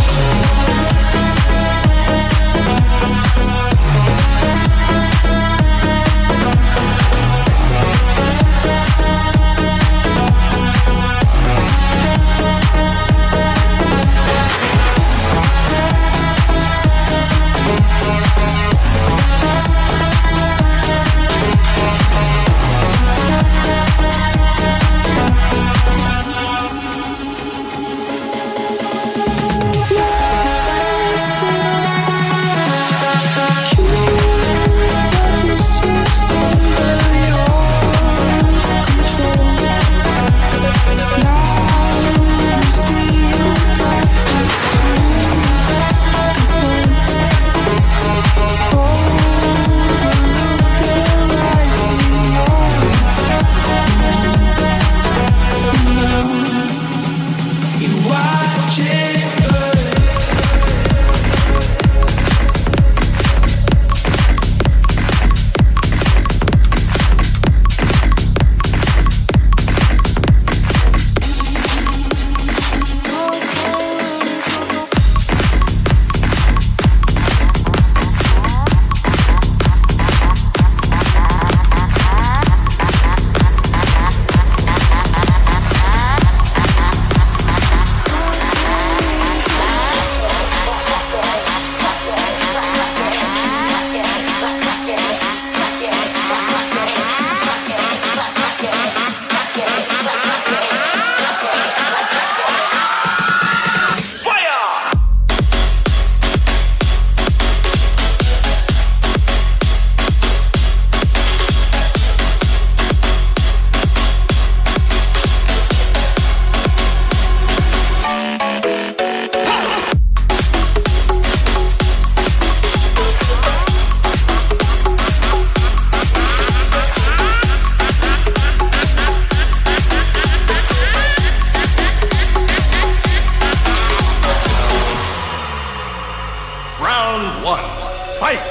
Round one, fight!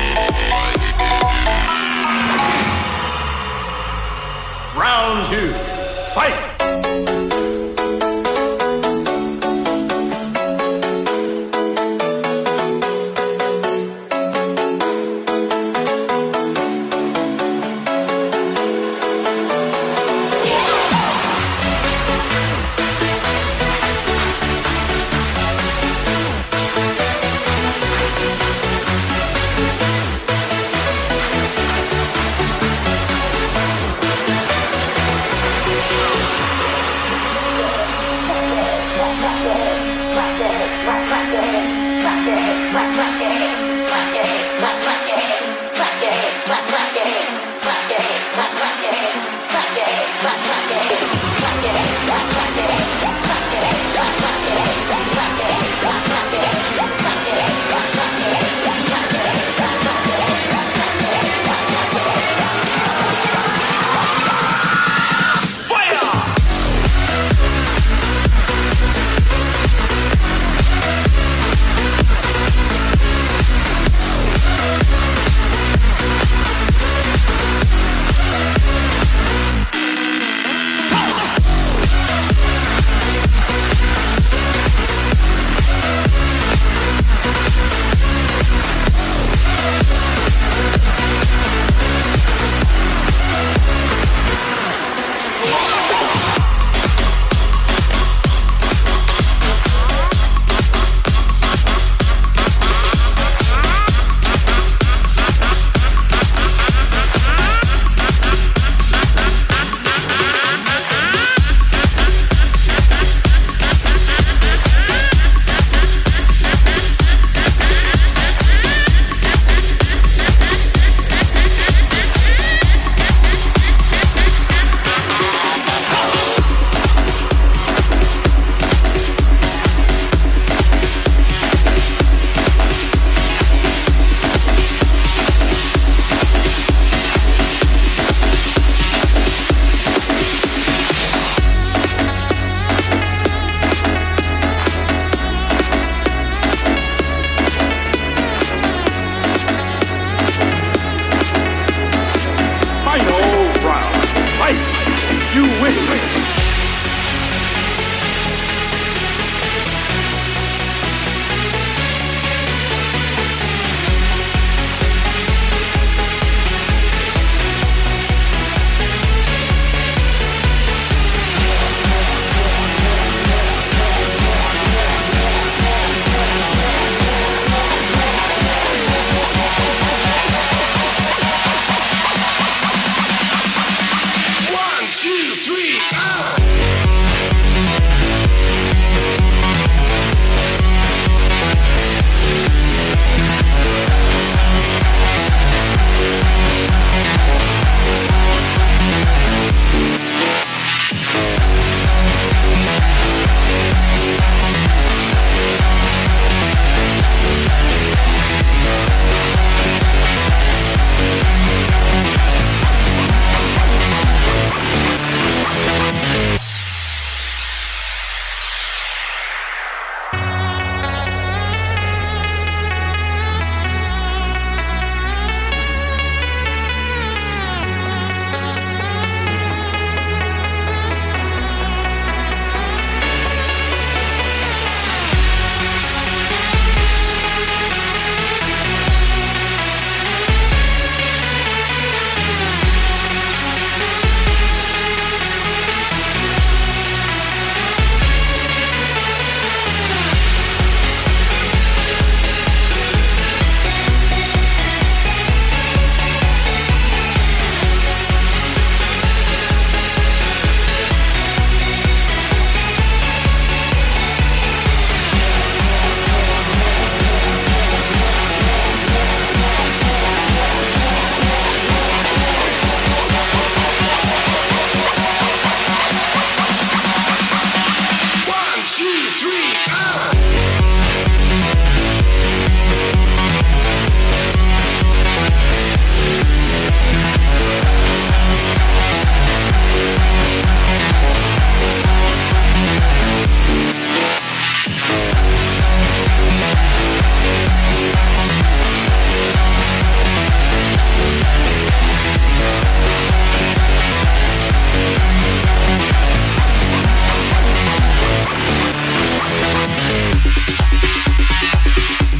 Round two. fight!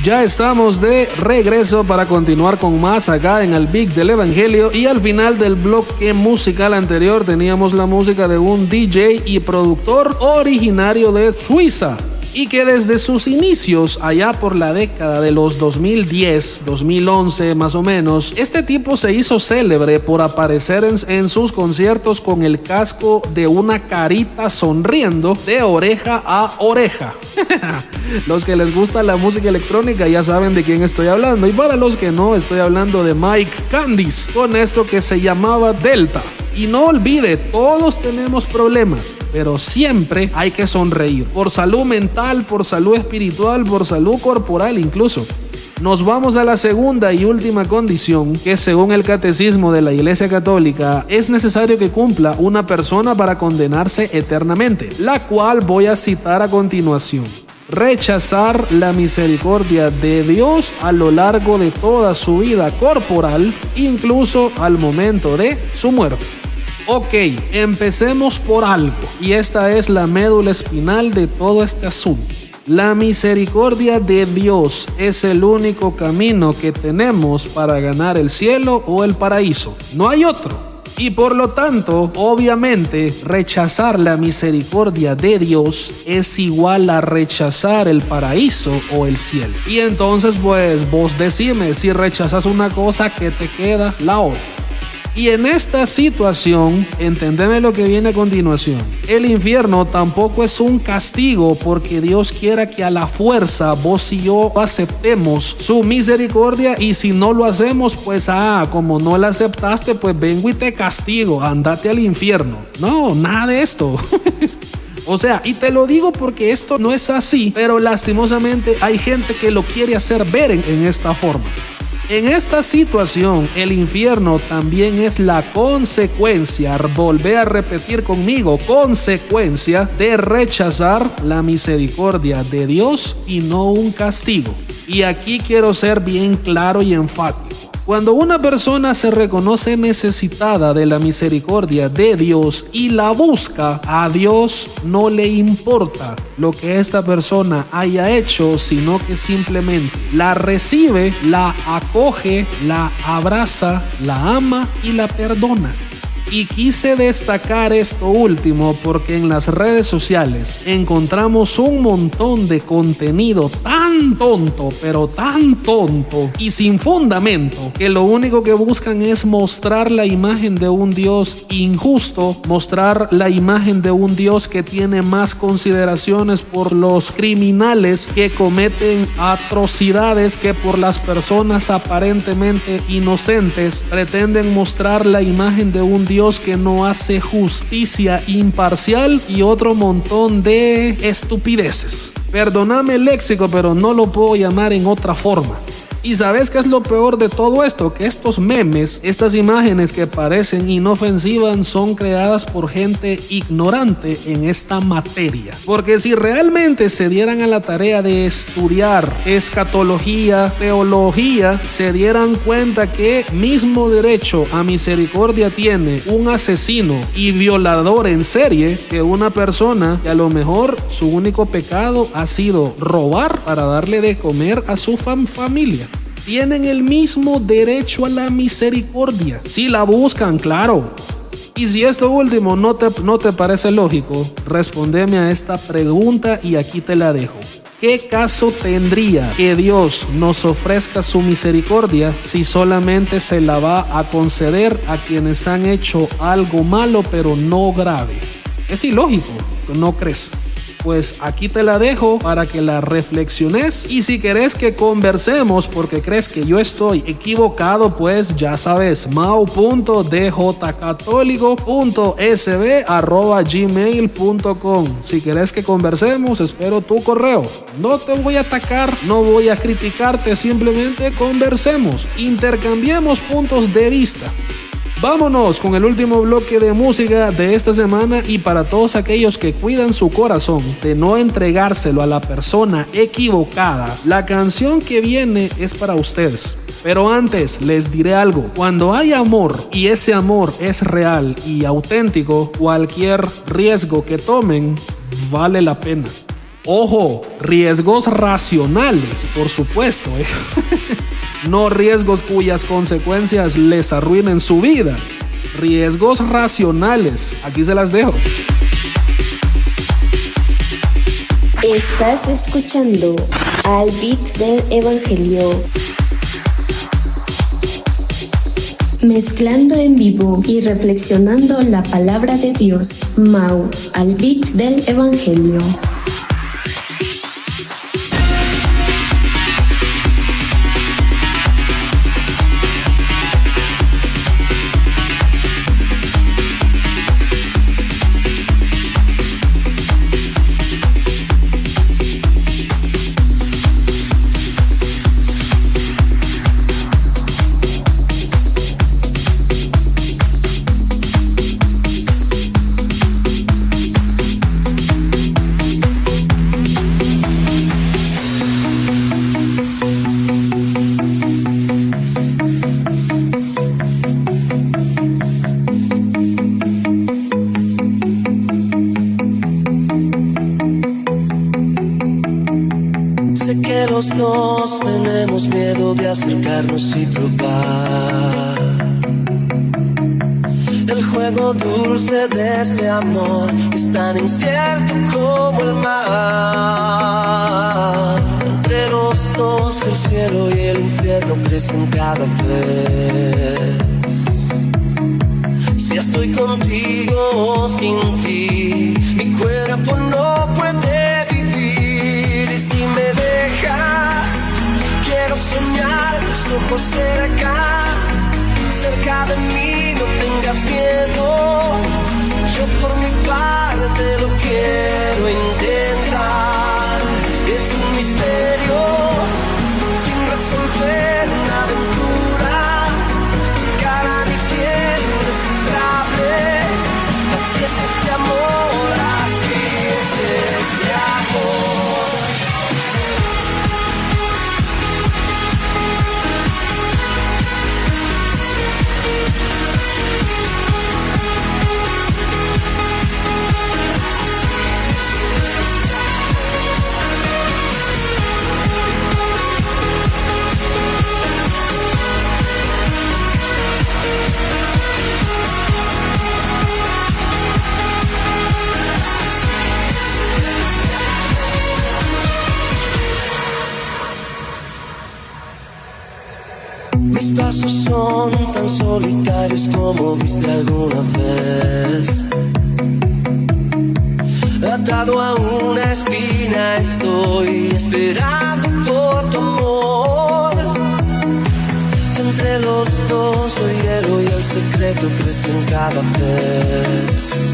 Ya estamos de regreso para continuar con más acá en el Beat del Evangelio, y al final del bloque musical anterior teníamos la música de un D J y productor originario de Suiza, y que desde sus inicios, allá por la década de los dos mil diez, dos mil once más o menos, este tipo se hizo célebre por aparecer en, en sus conciertos con el casco de una carita sonriendo de oreja a oreja. Los que les gusta la música electrónica ya saben de quién estoy hablando, y para los que no, estoy hablando de Mike Candice, con esto que se llamaba Delta. Y no olvide, todos tenemos problemas, pero siempre hay que sonreír. Por salud mental, por salud espiritual, por salud corporal incluso. Nos vamos a la segunda y última condición, que según el catecismo de la Iglesia Católica es necesario que cumpla una persona para condenarse eternamente, la cual voy a citar a continuación. Rechazar la misericordia de Dios a lo largo de toda su vida corporal, incluso al momento de su muerte. Ok, empecemos por algo, y esta es la médula espinal de todo este asunto. La misericordia de Dios es el único camino que tenemos para ganar el cielo o el paraíso. No hay otro. Y por lo tanto, obviamente, rechazar la misericordia de Dios es igual a rechazar el paraíso o el cielo. Y entonces, pues, vos decime, si rechazas una cosa, ¿qué te queda? La otra. Y en esta situación, entendeme lo que viene a continuación. El infierno tampoco es un castigo porque Dios quiera que a la fuerza vos y yo aceptemos su misericordia, y si no lo hacemos, pues ah, como no la aceptaste, pues vengo y te castigo, andate al infierno. No, nada de esto. O sea, y te lo digo porque esto no es así, pero lastimosamente hay gente que lo quiere hacer ver en, en esta forma. En esta situación, el infierno también es la consecuencia, volvé a repetir conmigo, consecuencia de rechazar la misericordia de Dios y no un castigo. Y aquí quiero ser bien claro y enfático. Cuando una persona se reconoce necesitada de la misericordia de Dios y la busca, a Dios no le importa lo que esta persona haya hecho, sino que simplemente la recibe, la acoge, la abraza, la ama y la perdona. Y quise destacar esto último porque en las redes sociales encontramos un montón de contenido tan tonto, pero tan tonto y sin fundamento, que lo único que buscan es mostrar la imagen de un Dios injusto, mostrar la imagen de un Dios que tiene más consideraciones por los criminales que cometen atrocidades que por las personas aparentemente inocentes. Pretenden mostrar la imagen de un Dios Dios que no hace justicia imparcial y otro montón de estupideces. Perdóname el léxico, pero no lo puedo llamar en otra forma. ¿Y sabes qué es lo peor de todo esto? Que estos memes, estas imágenes que parecen inofensivas, son creadas por gente ignorante en esta materia. Porque si realmente se dieran a la tarea de estudiar escatología, teología, se dieran cuenta que mismo derecho a misericordia tiene un asesino y violador en serie que una persona que a lo mejor su único pecado ha sido robar para darle de comer a su fam- familia. Tienen el mismo derecho a la misericordia, si la buscan, claro. Y si esto último no te, no te parece lógico, respóndeme a esta pregunta y aquí te la dejo. ¿Qué caso tendría que Dios nos ofrezca su misericordia si solamente se la va a conceder a quienes han hecho algo malo pero no grave? Es ilógico, ¿no crees? Pues aquí te la dejo para que la reflexiones, y si querés que conversemos porque crees que yo estoy equivocado, pues ya sabes, mau punto d j católico punto s b arroba gmail punto com. Si querés que conversemos, espero tu correo. No te voy a atacar, no voy a criticarte, simplemente conversemos, intercambiemos puntos de vista. Vámonos con el último bloque de música de esta semana, y para todos aquellos que cuidan su corazón de no entregárselo a la persona equivocada, la canción que viene es para ustedes. Pero antes les diré algo: cuando hay amor y ese amor es real y auténtico, cualquier riesgo que tomen vale la pena. Ojo, riesgos racionales, por supuesto, ¿eh? No riesgos cuyas consecuencias les arruinen su vida. Riesgos racionales. Aquí se las dejo. Estás escuchando Al Beat del Evangelio. Mezclando en vivo y reflexionando la palabra de Dios. Mau, Al Beat del Evangelio. Los dos tenemos miedo de acercarnos y probar el juego dulce de este amor, es tan incierto como el mar. Entre los dos el cielo y el infierno crecen cada vez. Si estoy contigo o sin ti, mi cuerpo no puede vivir. Y si me dejas, quiero soñar tus ojos cerca, cerca de mí, no tengas miedo. Yo por mi parte lo quiero intentar. Es un misterio sin resolver, una aventura, tu cara ni piel indescifrable. Así es este amor, así es este amor. Mis pasos son tan solitarios como viste alguna vez. Atado a una espina estoy esperando por tu amor. Entre los dos el hielo y el secreto crecen cada vez.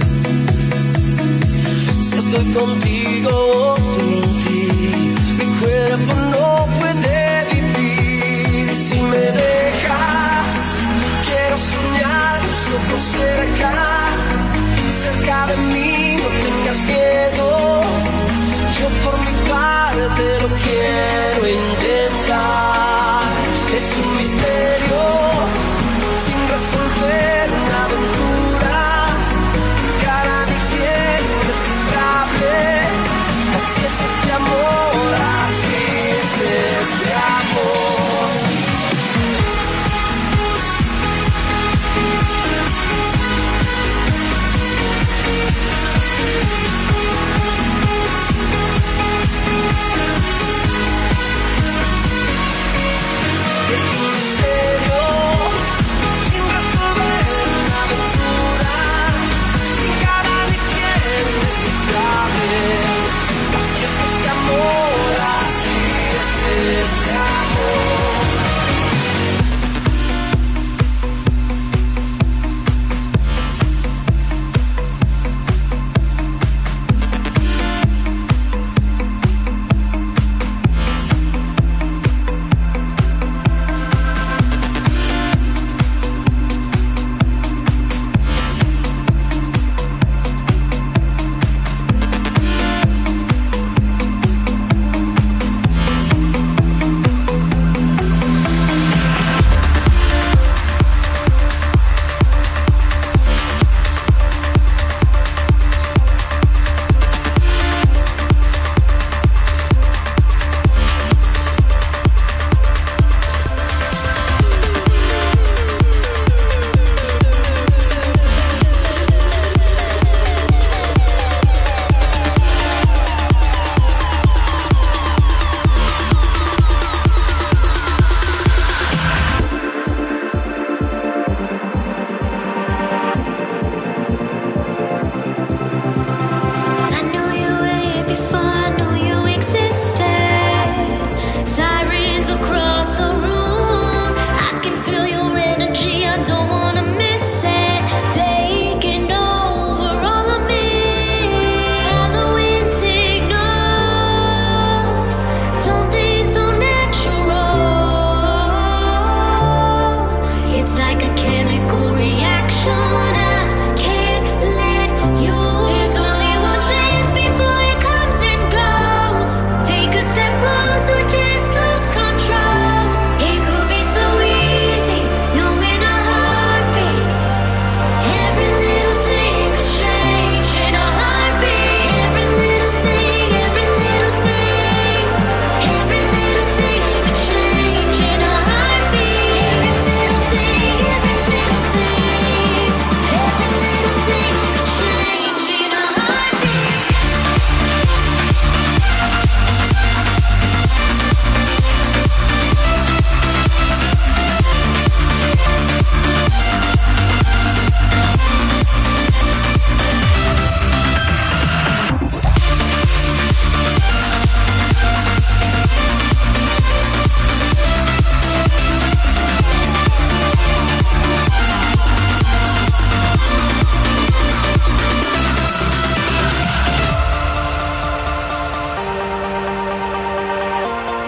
Si estoy contigo o sin ti, mi cuerpo no puede vivir. Y si me dejas, quiero soñar tus ojos cerca, cerca de mí, no tengas miedo. Yo por mi parte lo quiero intentar. Es un misterio sin resolver, una aventura, cara ni piel indescifrable. Así es este amor, así es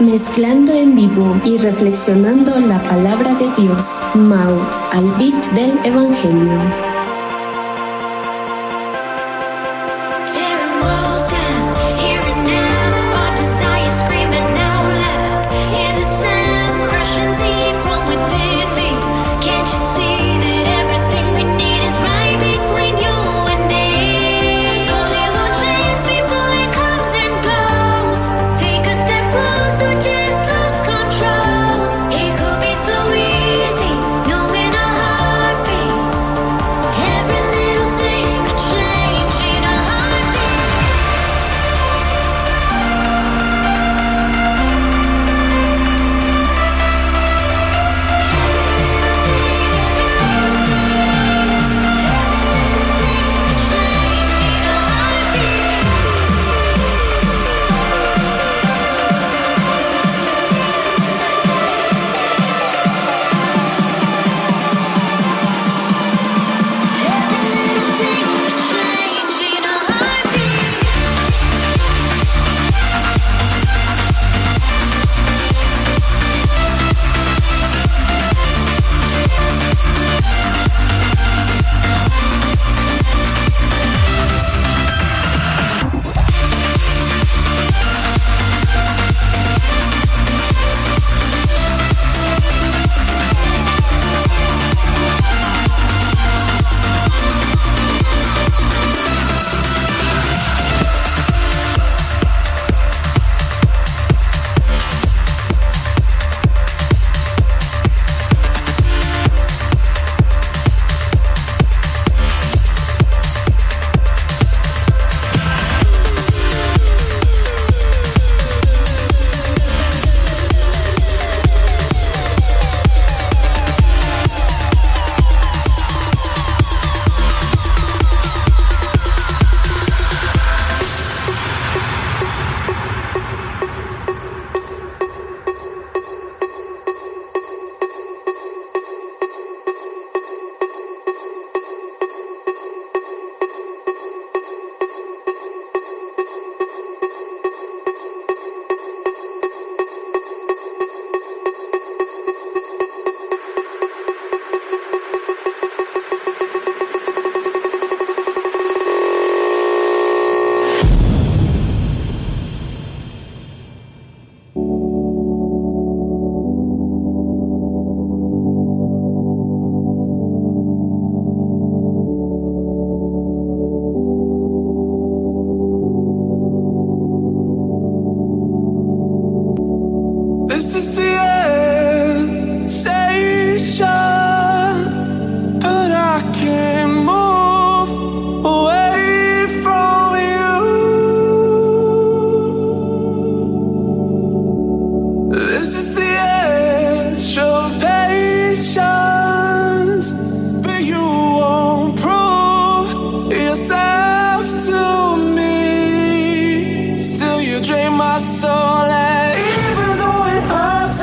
mezclando en vivo y reflexionando la palabra de Dios. Mau, al beat del Evangelio.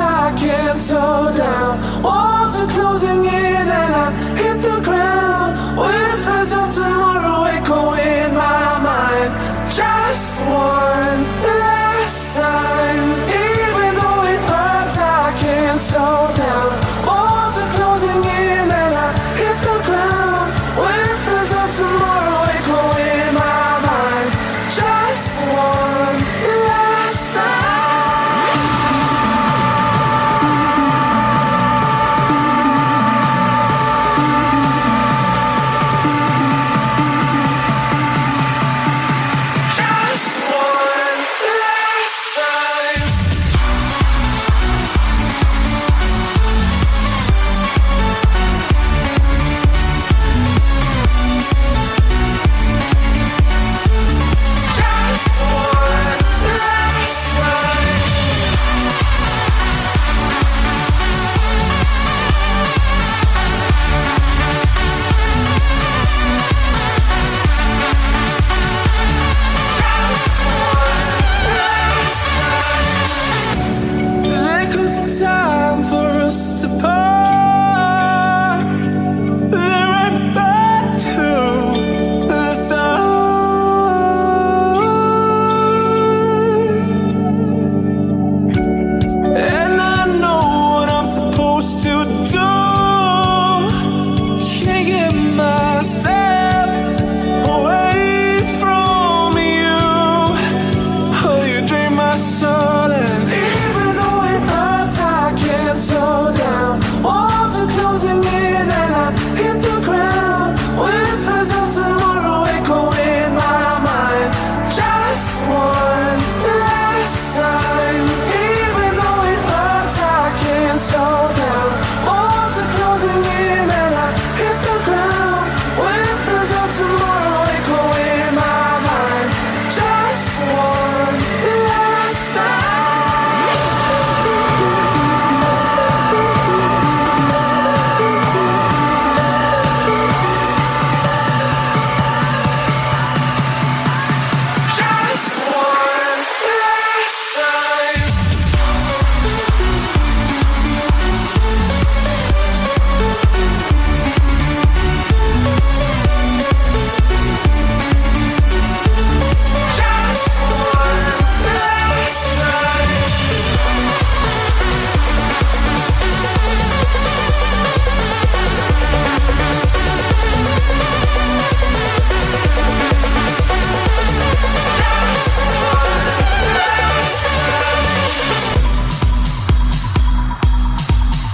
Walls are closing in and I hit the ground.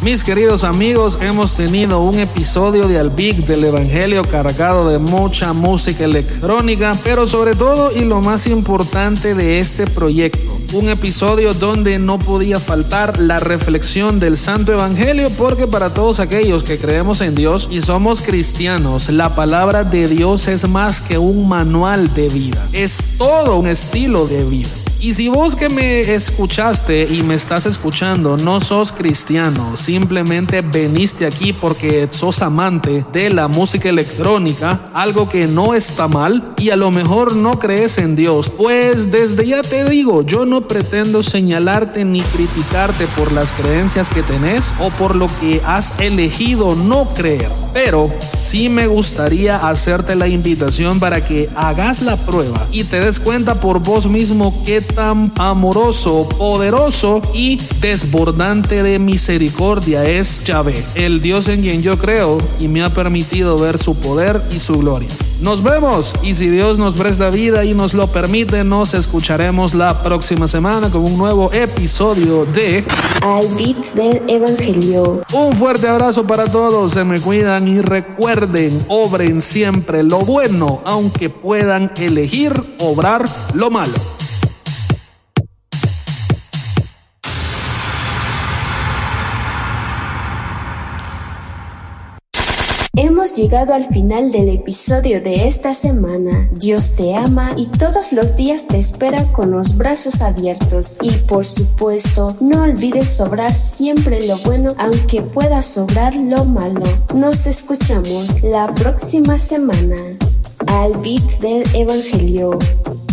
Mis queridos amigos, hemos tenido un episodio de Al Beat del Evangelio cargado de mucha música electrónica, pero sobre todo y lo más importante de este proyecto, un episodio donde no podía faltar la reflexión del Santo Evangelio, porque para todos aquellos que creemos en Dios y somos cristianos, la palabra de Dios es más que un manual de vida, es todo un estilo de vida. Y si vos que me escuchaste y me estás escuchando no sos cristiano, simplemente veniste aquí porque sos amante de la música electrónica, algo que no está mal, y a lo mejor no crees en Dios, pues desde ya te digo, yo no pretendo señalarte ni criticarte por las creencias que tenés o por lo que has elegido no creer, pero sí me gustaría hacerte la invitación para que hagas la prueba y te des cuenta por vos mismo qué tan amoroso, poderoso y desbordante de misericordia es Yahvé, el Dios en quien yo creo y me ha permitido ver su poder y su gloria. Nos vemos, y si Dios nos presta vida y nos lo permite, nos escucharemos la próxima semana con un nuevo episodio de Al Beat del Evangelio. Un fuerte abrazo para todos, se me cuidan y recuerden, obren siempre lo bueno, aunque puedan elegir obrar lo malo. Hemos llegado al final del episodio de esta semana. Dios te ama y todos los días te espera con los brazos abiertos. Y por supuesto, no olvides sobrar siempre lo bueno, aunque pueda sobrar lo malo. Nos escuchamos la próxima semana. Al Beat del Evangelio.